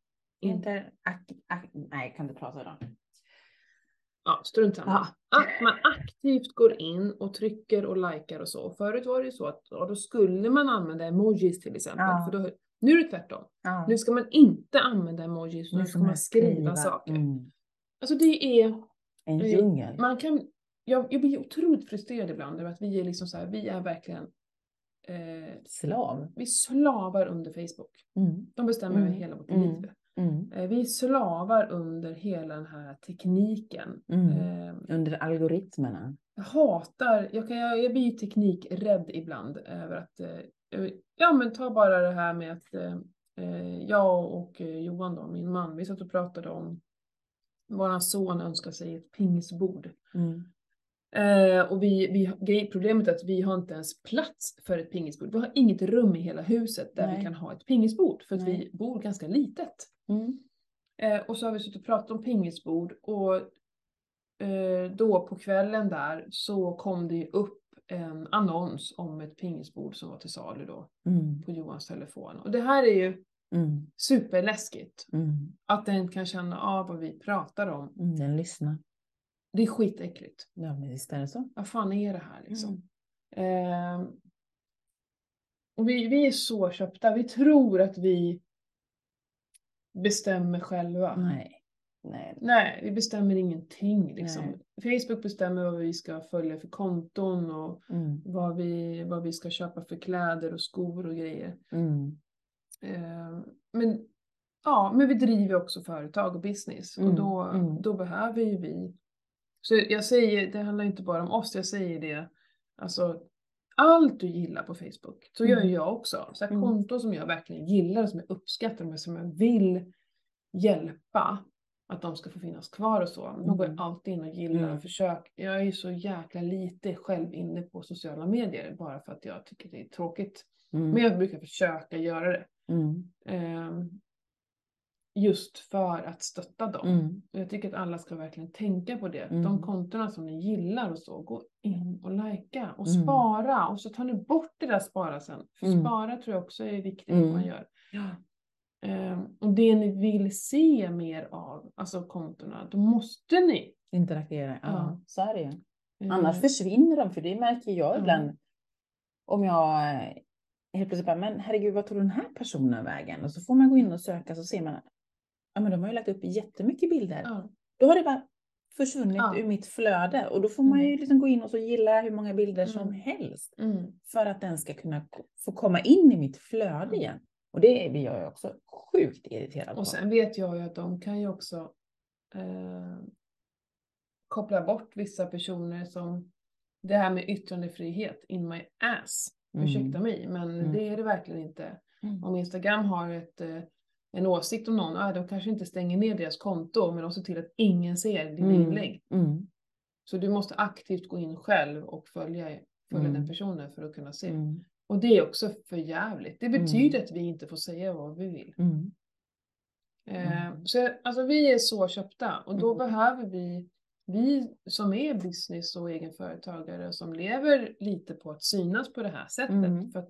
Inter... Ak, ak, nej, jag kan inte prata idag. Ja, strunt samma. Ja. Att man aktivt går in och trycker och likar och så. Förut var det ju så att ja, då skulle man använda emojis till exempel. Ja. För då, nu är det tvärtom. Ja. Nu ska man inte använda emojis, nu ska man skriva, skriva. saker. Mm. Alltså det är... En djungel. Man kan, jag, jag blir otroligt frustrerad ibland över att vi är liksom så här, vi är verkligen... Eh, Slav. Vi slavar under Facebook. Mm. De bestämmer Mm. över hela vårt Mm. liv. Mm. Eh, vi slavar under hela den här tekniken. Mm. Eh, under algoritmerna. Jag hatar, jag, kan, jag, jag blir teknikrädd ibland över att, eh, ja men ta bara det här med att eh, jag och Johan då, min man, vi satt och pratade om våran son önskar sig ett pingisbord. Mm. Eh, och vi, vi, problemet är att vi har inte ens plats för ett pingisbord. Vi har inget rum i hela huset där Nej. vi kan ha ett pingisbord. För att Nej. vi bor ganska litet. Mm. Eh, och så har vi suttit och pratat om pingisbord. Och eh, då på kvällen där så kom det ju upp en annons om ett pingisbord som var till salu då. Mm. På Johans telefon. Och det här är ju mm. superläskigt. Mm. Att den kan känna av vad vi pratar om. Mm, den lyssnar. Det är skitäckligt. Ja, men visst är det så. Vad fan är det här liksom? Mm. Eh, och vi, vi är så köpta. Vi tror att vi bestämmer själva. Nej. Nej, Nej vi bestämmer ingenting liksom. Nej. Facebook bestämmer vad vi ska följa för konton och mm. vad, vi, vad vi ska köpa för kläder och skor och grejer. Mm. Eh, men, ja, men vi driver också företag och business. Mm. Och då, mm. då behöver ju vi. Så jag säger, det handlar inte bara om oss, jag säger det. Alltså, allt du gillar på Facebook, så mm. gör jag också. Så här mm. konton som jag verkligen gillar, som jag uppskattar, men som jag vill hjälpa. Att de ska få finnas kvar och så. Mm. Då går jag alltid in och gillar mm. och försöker. Jag är ju så jäkla lite själv inne på sociala medier. Bara för att jag tycker det är tråkigt. Mm. Men jag brukar försöka göra det. Mm. Um, just för att stötta dem. Mm. Och jag tycker att alla ska verkligen tänka på det. Mm. De kontorna som ni gillar och så. Gå in och likea. Och mm. spara. Och så tar ni bort det där spara sen. För mm. spara tror jag också är viktigt mm. att man gör. Ja. Um, och det ni vill se mer av, alltså kontorna, då måste ni interagera. Ja, ja. Så är det ju. Mm. Annars försvinner de, för det märker jag mm. ibland. Om jag helt plötsligt bara, men herregud, vad tog den här personen vägen? Och så får man gå in och söka, så ser man, ja men de har ju lagt upp jättemycket bilder. Ja. Då har det bara försvunnit ja. ur mitt flöde. Och då får man ju liksom gå in och så gilla hur många bilder mm. som helst. Mm. För att den ska kunna få komma in i mitt flöde igen. Och det blir jag också sjukt irriterad på. Och sen vet jag ju att de kan ju också eh, koppla bort vissa personer som det här med yttrandefrihet in my ass. Mm. Ursäkta mig, men mm. det är det verkligen inte. Mm. Om Instagram har ett, eh, en åsikt om någon, äh, de kanske inte stänger ner deras konto, men de ser till att ingen ser dina mm. inlägg. Mm. Så du måste aktivt gå in själv och följa, följa mm. den personen för att kunna se. Mm. Och det är också för jävligt. Det betyder mm. att vi inte får säga vad vi vill. Mm. Eh, mm. Så alltså vi är så köpta. Och då mm. behöver vi, vi som är business och egenföretagare, som lever lite på att synas på det här sättet. Mm. För att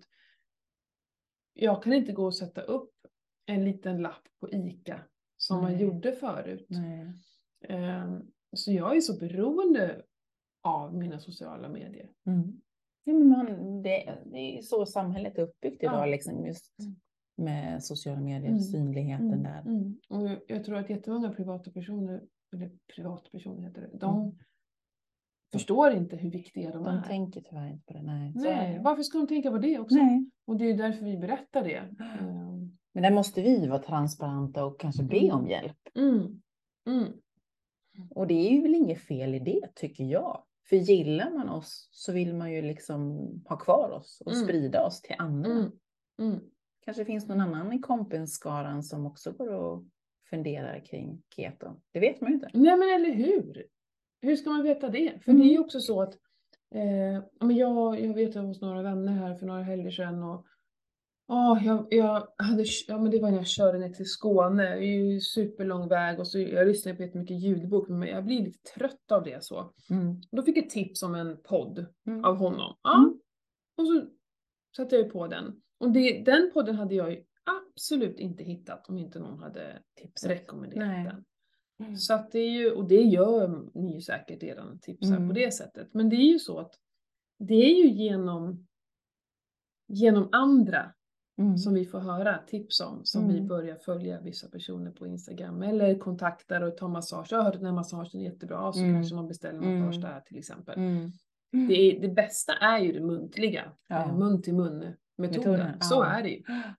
jag kan inte gå och sätta upp en liten lapp på ICA som Nej. man gjorde förut. Eh, så jag är så beroende av mina sociala medier. Mm. Ja, men man, det, det är så samhället är uppbyggt idag, ja. liksom just med sociala medier, mm. synligheten mm. där. Mm. Och jag, jag tror att jättemånga privata personer, eller privatpersoner heter det, de mm. förstår inte hur viktiga de, de är. De tänker tyvärr inte på det. Nej, Nej. Varför ska de tänka på det också? Nej. Och det är därför vi berättar det. Mm. Men där måste vi vara transparenta och kanske be om hjälp. Mm. Mm. Och det är ju väl inget fel i det, tycker jag. För gillar man oss så vill man ju liksom ha kvar oss och mm. sprida oss till andra. Mm. Mm. Kanske finns någon annan i kompisskaran som också går och funderar kring keto. Det vet man ju inte. Nej, men eller hur? Hur ska man veta det? För mm. det är ju också så att eh, jag, jag vet hos några vänner här för några helger sedan och Oh, jag, jag hade, ja, men det var när jag körde ner till Skåne. Det är ju superlång väg och så jag lyssnar på jättemycket ljudbok, men jag blir lite trött av det så. Mm. Då fick jag tips om en podd mm. av honom. Ja. Mm. Och så satte jag på den. Och det, den podden hade jag ju absolut inte hittat om inte någon hade Tipset. rekommenderat Nej. den. Mm. Så att det är ju, och det gör ni ju säkert redan, tipsar Mm. på det sättet. Men det är ju så att det är ju genom, genom andra Mm. som vi får höra tips om, som vi Mm. börjar följa vissa personer på Instagram eller kontaktar och tar massage. Jag har hört att den här massagen är jättebra, så Mm. kanske man beställer massage där till exempel. Mm. Det, är, det bästa är ju det muntliga, Ja. eh, mun till mun metoden. Metoden, Så ja. är det ju.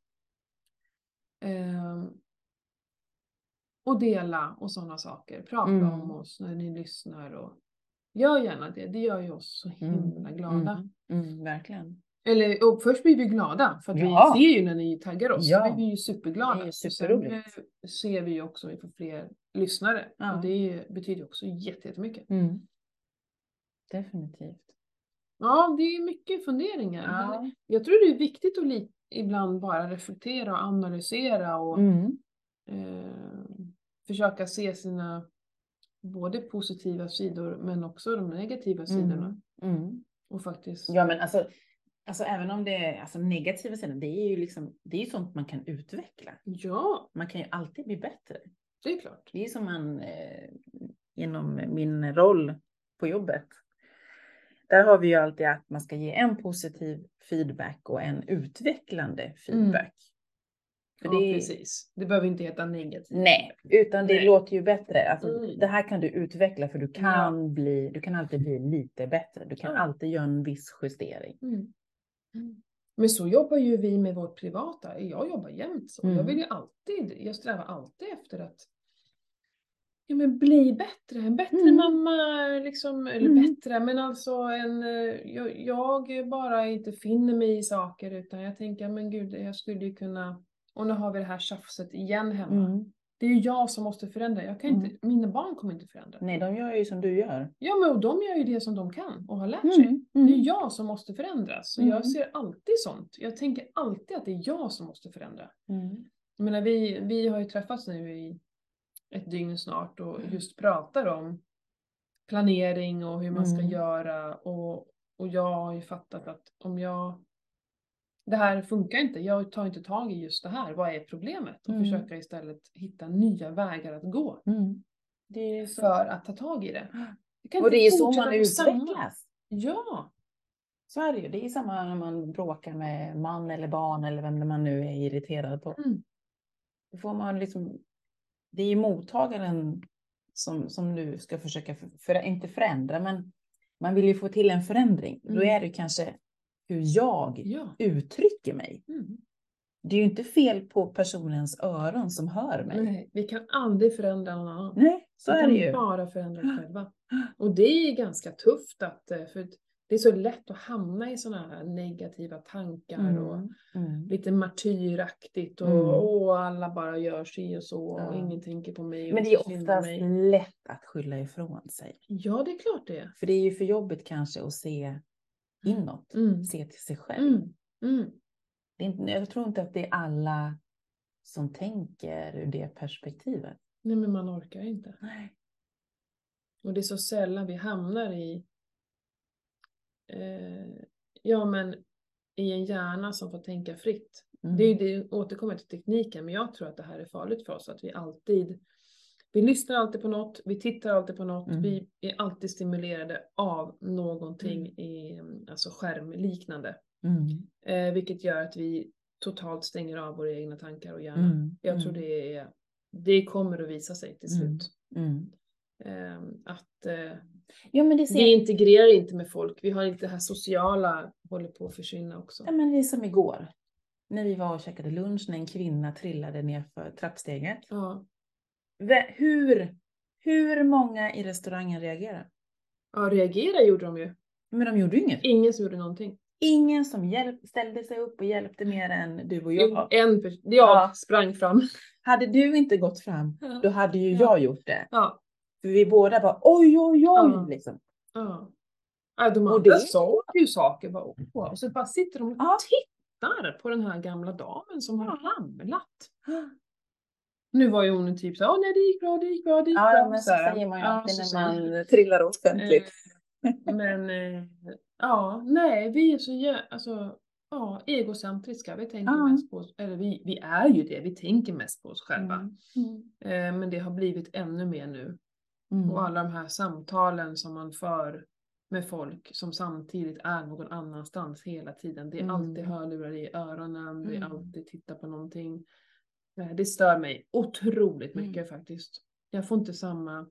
Ehm, och dela och sådana saker. Prata Mm. om oss när ni lyssnar. Och gör gärna det. Det gör ju oss så himla glada. Mm. Mm. Verkligen. Eller och först blir vi glada. För att Ja. vi ser ju när ni taggar oss. Ja. Så blir vi ju superglada. Det är ju Och sen superroligt. eh, ser vi ju också att vi får fler lyssnare. Ja. Och det betyder också jätte- jättemycket. Mm. Definitivt. Ja, det är mycket funderingar. Ja. Men jag tror det är viktigt att li- ibland bara reflektera och analysera. Och Mm. eh, försöka se sina både positiva sidor men också de negativa sidorna. Mm. Mm. Och faktiskt... Ja, men alltså, alltså även om det är alltså, negativa sidor, det är ju liksom, det är ju sånt man kan utveckla. Ja, Man kan ju alltid bli bättre. det är klart. Det är som man eh, inom min roll på jobbet. Där har vi ju alltid att man ska ge en positiv feedback och en utvecklande feedback. För Ja, det, precis. Det behöver inte heta negativt. nej, utan det Nej. låter ju bättre. Alltså, Mm. det här kan du utveckla för du kan, Ja. bli, du kan alltid bli lite bättre. Du kan Ja. alltid göra en viss justering. Mm. Men så jobbar ju vi med vårt privata. Jag jobbar jämt så. Mm. Jag vill ju alltid, jag strävar alltid efter att ja, men bli bättre. En bättre Mm. mamma, liksom, eller Mm. bättre, men alltså en, eh, jag, jag bara inte finner mig i saker utan jag tänker, men gud, jag skulle ju kunna, och nu har vi det här tjafset igen hemma. Mm. Det är ju jag som måste förändra. Jag kan inte, Mm. mina barn kommer inte förändra. Nej, de gör ju som du gör. Ja, men och de gör ju det som de kan och har lärt sig. Mm. Det är Mm. jag som måste förändras. Så Mm. jag ser alltid sånt. Jag tänker alltid att det är jag som måste förändra. Mm. Jag menar, vi, vi har ju träffats nu i ett dygn snart och just pratar om planering och hur man ska Mm. göra. Och, och jag har ju fattat att om jag... Det här funkar inte. Jag tar inte tag i just det här. Vad är problemet? Och Mm. försöka istället hitta nya vägar att gå. Mm. Det är så. För att ta tag i det. Jag kan Och det inte är så fortsätta man på samma- utvecklas. Ja. Så är det ju. Det är samma när man bråkar med man eller barn eller vem man nu är irriterad på. Mm. Då får man liksom, det är ju mottagaren som, som nu ska försöka, för, för, inte förändra, men man vill ju få till en förändring. Mm. Då är det kanske hur jag Ja. uttrycker mig. Mm. Det är ju inte fel på personens öron som hör mig. Nej, Nej, vi kan aldrig förändra någon annan. så vi är kan det ju. bara förändra oss själva. Och det är ganska tufft att, eh, för det är så lätt att hamna i sådana här negativa tankar och Mm. Mm. lite martyraktigt och Mm. åh, alla bara gör sig och så och Ja. ingen tänker på mig. och Men det är så synd om oftast mig. lätt att skylla ifrån sig. Ja, det är klart det är. För det är ju för jobbigt kanske att se inåt. Mm. Se till sig själv. Mm. Mm. Det är inte, jag tror inte att det är alla som tänker ur det perspektivet. Nej, men man orkar inte. Nej. Och det är så sällan vi hamnar i eh, ja, men i en hjärna som får tänka fritt. Mm. Det är ju det, återkommer till tekniken, men jag tror att det här är farligt för oss. Att vi alltid, vi lyssnar alltid på något, vi tittar alltid på något, Mm. vi är alltid stimulerade av någonting Mm. i, alltså skärmliknande. Mm. Eh, vilket gör att vi totalt stänger av våra egna tankar och hjärna. Mm. Jag tror det är, det kommer att visa sig till slut. Mm. Eh, att eh, Ja, men det, ser... vi integrerar inte med folk, vi har inte det här sociala, håller på att försvinna också. ja, men det är som igår. När vi var och käkade lunch när en kvinna trillade ner för trappsteget. Ja. Vä- Hur, hur många i restaurangen reagerar? Ja, reagera gjorde de ju. Men de gjorde ju inget. Ingen som gjorde någonting. Ingen som hjälp, ställde sig upp och hjälpte mer än du och jag. En person, jag Ja. sprang fram. Hade du inte gått fram, Ja. då hade ju Ja. jag gjort det. Ja. För vi båda bara oj, oj, oj. Ja. Liksom. Ja. Ja, de Och andra det- sa ju saker. Bara, åh. Och så bara sitter de och Ja. tittar på den här gamla damen som har Ja. ramlat. Nu var ju hon typ så här, åh nej det gick bra, det gick bra, det gick Ja, bra. men så här. säger man ju Ja, alltid så när säger- man trillar offentligt. Eh, Men eh, ja, nej, vi är så jä- alltså, ja, egocentriska. Vi tänker Ja. mest på oss, eller vi, vi är ju det, vi tänker mest på oss själva. Mm. Mm. Eh, men det har blivit ännu mer nu. Mm. Och alla de här samtalen som man för med folk som samtidigt är någon annanstans hela tiden. Det är Mm. alltid hörlurar i öronen, det är Mm. alltid titta på någonting. Eh, Det stör mig otroligt Mm. mycket faktiskt. Jag får inte samma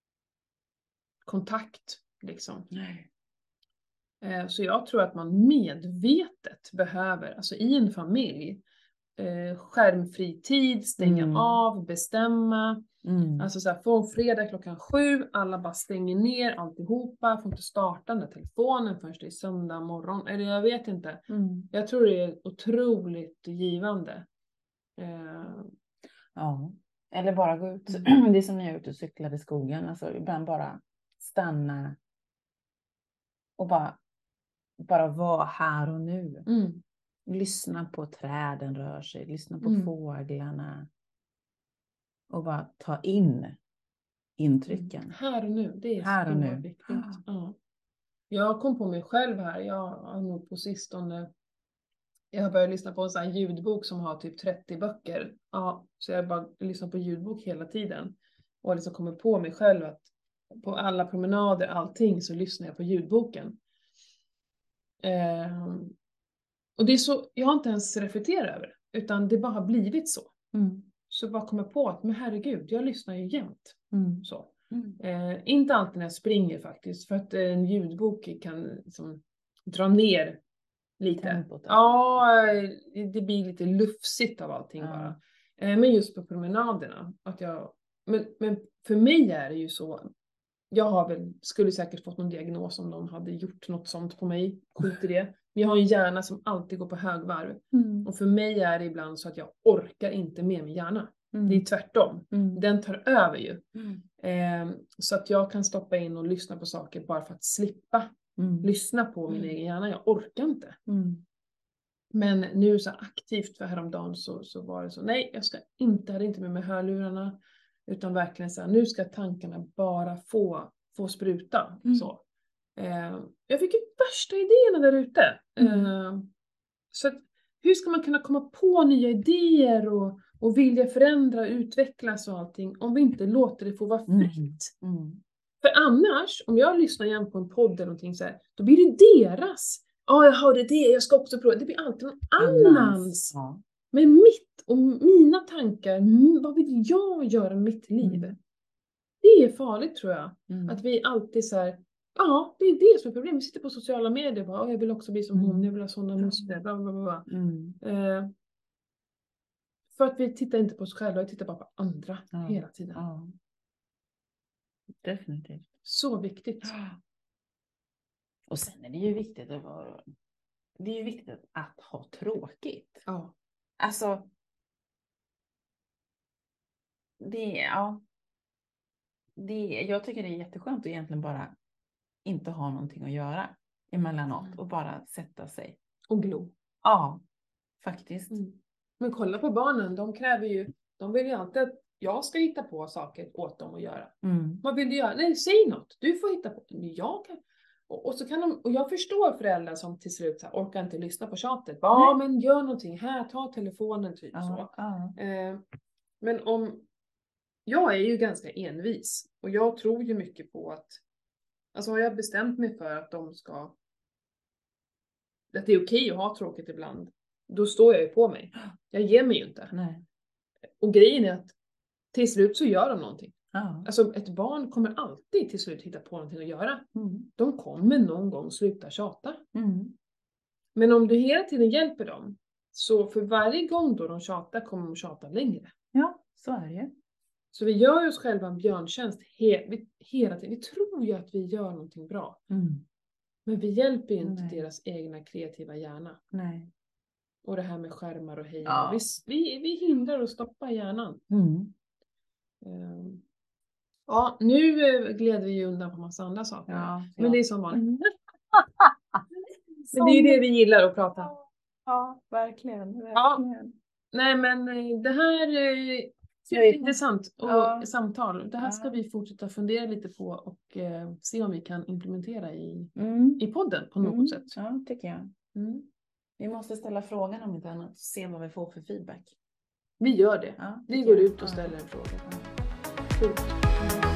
kontakt liksom. Nej. Eh, Så jag tror att man medvetet behöver, alltså i en familj, eh, skärmfri tid, stänga Mm. av, bestämma. Mm. Alltså så här, från fredag klockan sju, alla bara stänger ner alltihopa, får inte starta den där telefonen förrän det är söndag morgon. Eller jag vet inte. Mm. Jag tror det är otroligt givande. Eh, Ja. Eller bara gå ut. Mm. Det är som när jag är ute och cyklar i skogen. Alltså ibland bara stanna. Och bara, bara vara här och nu. mm, Lyssna på träden rör sig. Lyssna på Mm. fåglarna. Och bara ta in intrycken. Här och nu, det är Här så och nu. oerhört viktigt. Ja. Jag kom på mig själv här, jag har nog på sistone, jag har börjat lyssna på en sån här ljudbok som har typ trettio böcker. Ja, så jag bara lyssnar på ljudbok hela tiden. Och liksom kommer på mig själv att på alla promenader, allting, så lyssnar jag på ljudboken. Ehm, och det är så, jag har inte ens reflekterat över det, utan det bara har blivit så. Mm. Så bara kommer på att, men herregud, jag lyssnar ju jämt. Mm. Så. Mm. Eh, inte alltid när jag springer faktiskt, för att en ljudbok kan liksom dra ner lite. Tempot. Ja, det blir lite lufsigt av allting Ja. bara. Eh, men just på promenaderna, att jag, men, men för mig är det ju så, jag har väl, skulle säkert fått någon diagnos om de hade gjort något sånt på mig, skit i det. Men jag har en hjärna som alltid går på högvarv. Mm. Och för mig är det ibland så att jag orkar inte med min hjärna. Mm. Det är tvärtom. Mm. Den tar över ju. Mm. Eh, så att jag kan stoppa in och lyssna på saker bara för att slippa Mm. lyssna på min Mm. egen hjärna. Jag orkar inte. Mm. Men nu så aktivt för häromdagen så, så var det så, nej jag ska inte, hade inte med mig hörlurarna. Utan verkligen så här, nu ska tankarna bara få, få spruta. Mm. Så. Eh, jag fick ju värsta idéerna där ute. Mm. Eh, så att, hur ska man kunna komma på nya idéer och, och vilja förändra, utvecklas och allting om vi inte låter det få vara fritt? Mm. Mm. För annars, om jag lyssnar igen på en podd eller någonting så här, då blir det deras. Ja, oh, jag hörde det, jag ska också prova. Det blir alltid någon annans. Ja. Men mitt och mina tankar, mm, vad vill jag göra med mitt liv? Mm. Det är farligt tror jag. Mm. Att vi alltid så här, ja, det är det som är problemet. Vi sitter på sociala medier och bara, oh, jag vill också bli som hon, jag vill ha sådana muskler, bla bla bla bla. Mm. Eh, för att vi tittar inte på oss själva, vi tittar bara på andra Ja. hela tiden. Ja. Definitivt. Så viktigt. Och sen är det ju viktigt att vara, det är ju viktigt att ha tråkigt. Ja. Alltså det, ja. Det, jag tycker det är jätteskönt att egentligen bara inte ha någonting att göra emellanåt Mm. och bara sätta sig. Och glo. Ja, faktiskt. Mm. Men kolla på barnen, de kräver ju, de vill ju alltid att jag ska hitta på saker åt dem att göra. Mm. Vad vill du göra? Nej, säg något. Du får hitta på. Men jag kan. Och, och så kan de, och jag förstår föräldrar som till slut så här, orkar inte lyssna på tjatet. Ja, men gör någonting här, ta telefonen typ Ja, så. ja. Eh, men om, jag är ju ganska envis. Och jag tror ju mycket på att, alltså har jag bestämt mig för att de ska, att det är okej att ha tråkigt ibland. Då står jag ju på mig. Jag ger mig ju inte. Nej. Och grejen är att till slut så gör de någonting. Ja. Alltså ett barn kommer alltid till slut hitta på någonting att göra. Mm. De kommer någon gång sluta tjata. Mm. Men om du hela tiden hjälper dem, så för varje gång då de tjatar kommer de tjata längre. Ja, så är det ju. Så vi gör oss själva en björntjänst he- vi, hela tiden. Vi tror ju att vi gör någonting bra. Mm. Men vi hjälper ju inte Nej. deras egna kreativa hjärna. Nej. Och det här med skärmar och hej. Ja. Vi, vi, vi hindrar och stoppar hjärnan. Mm. Um, ja, nu eh, gled vi ju undan på massa andra saker. Ja, Men det är som vanligt. Mm. Men det är ju det vi gillar att prata. Ja, verkligen. verkligen. Nej men eh, det här är Nej. intressant och Ja. samtal. Det här Ja. ska vi fortsätta fundera lite på och eh, se om vi kan implementera i, Mm. i podden på något Mm. sätt. Ja, tycker jag. Mm. Vi måste ställa frågan om inte annat och se vad vi får för feedback. Vi gör det. Ja, vi det går gör ut och ja. ställer en fråga. Ja.